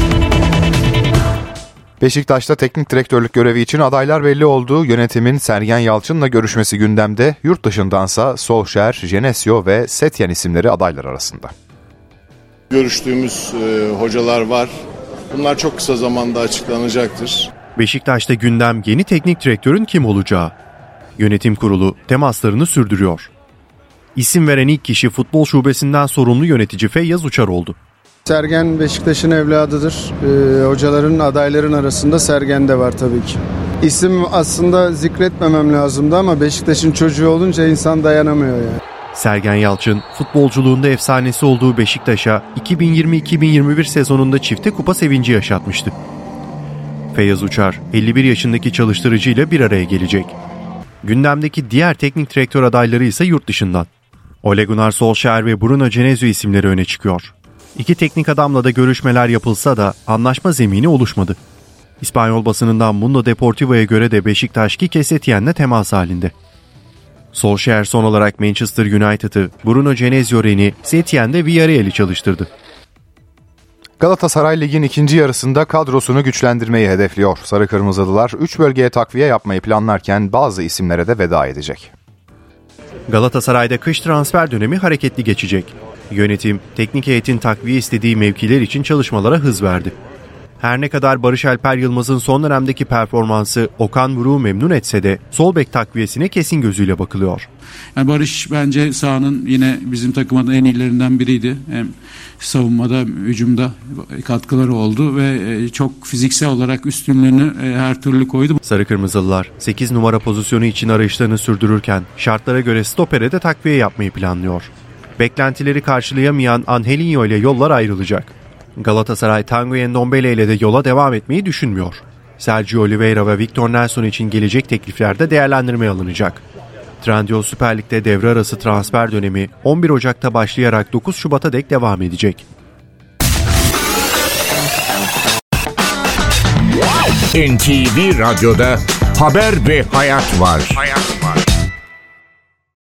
Beşiktaş'ta teknik direktörlük görevi için adaylar belli oldu. Yönetimin Sergen Yalçın'la görüşmesi gündemde. Yurt dışındansa Solskjaer, Genesio ve Setien isimleri adaylar arasında. Görüştüğümüz e, hocalar var. Bunlar çok kısa zamanda açıklanacaktır. Beşiktaş'ta gündem yeni teknik direktörün kim olacağı. Yönetim kurulu temaslarını sürdürüyor. İsim veren ilk kişi futbol şubesinden sorumlu yönetici Feyyaz Uçar oldu. Sergen Beşiktaş'ın evladıdır. Ee, hocaların, adayların arasında Sergen de var tabii ki. İsim aslında zikretmemem lazımdı ama Beşiktaş'ın çocuğu olunca insan dayanamıyor yani. Sergen Yalçın, futbolculuğunda efsanesi olduğu Beşiktaş'a iki bin yirmi iki bin yirmi bir sezonunda çifte kupa sevinci yaşatmıştı. Feyyaz Uçar, elli bir yaşındaki çalıştırıcıyla bir araya gelecek. Gündemdeki diğer teknik direktör adayları ise yurt dışından. Ole Gunnar Solskjaer ve Bruno Genesio isimleri öne çıkıyor. İki teknik adamla da görüşmeler yapılsa da anlaşma zemini oluşmadı. İspanyol basınından Mundo Deportivo'ya göre de Beşiktaş Quique Setien'le temas halinde. Solskjaer son olarak Manchester United'ı, Bruno Genesio Rennes'i, Setien'de Villarreal'i çalıştırdı. Galatasaray ligin ikinci yarısında kadrosunu güçlendirmeyi hedefliyor. Sarı Kırmızılılar üç bölgeye takviye yapmayı planlarken bazı isimlere de veda edecek. Galatasaray'da kış transfer dönemi hareketli geçecek. Yönetim, teknik heyetin takviye istediği mevkiler için çalışmalara hız verdi. Her ne kadar Barış Alper Yılmaz'ın son dönemdeki performansı Okan Buruk'u memnun etse de sol bek takviyesine kesin gözüyle bakılıyor. Yani Barış bence sahanın yine bizim takımın en iyilerinden biriydi. Hem savunmada, hücumda katkıları oldu ve çok fiziksel olarak üstünlüğünü her türlü koydu. Sarı Kırmızılılar sekiz numara pozisyonu için arayışlarını sürdürürken şartlara göre stopere de takviye yapmayı planlıyor. Beklentileri karşılayamayan Angelinho ile yollar ayrılacak. Galatasaray Tanguy Ndombele ile de yola devam etmeyi düşünmüyor. Sergio Oliveira ve Victor Nelson için gelecek tekliflerde değerlendirmeye alınacak. Trendyol Süper Lig'de devre arası transfer dönemi on bir Ocak'ta başlayarak dokuz Şubat'a dek devam edecek. N T V Radyo'da haber ve hayat var. Hayat.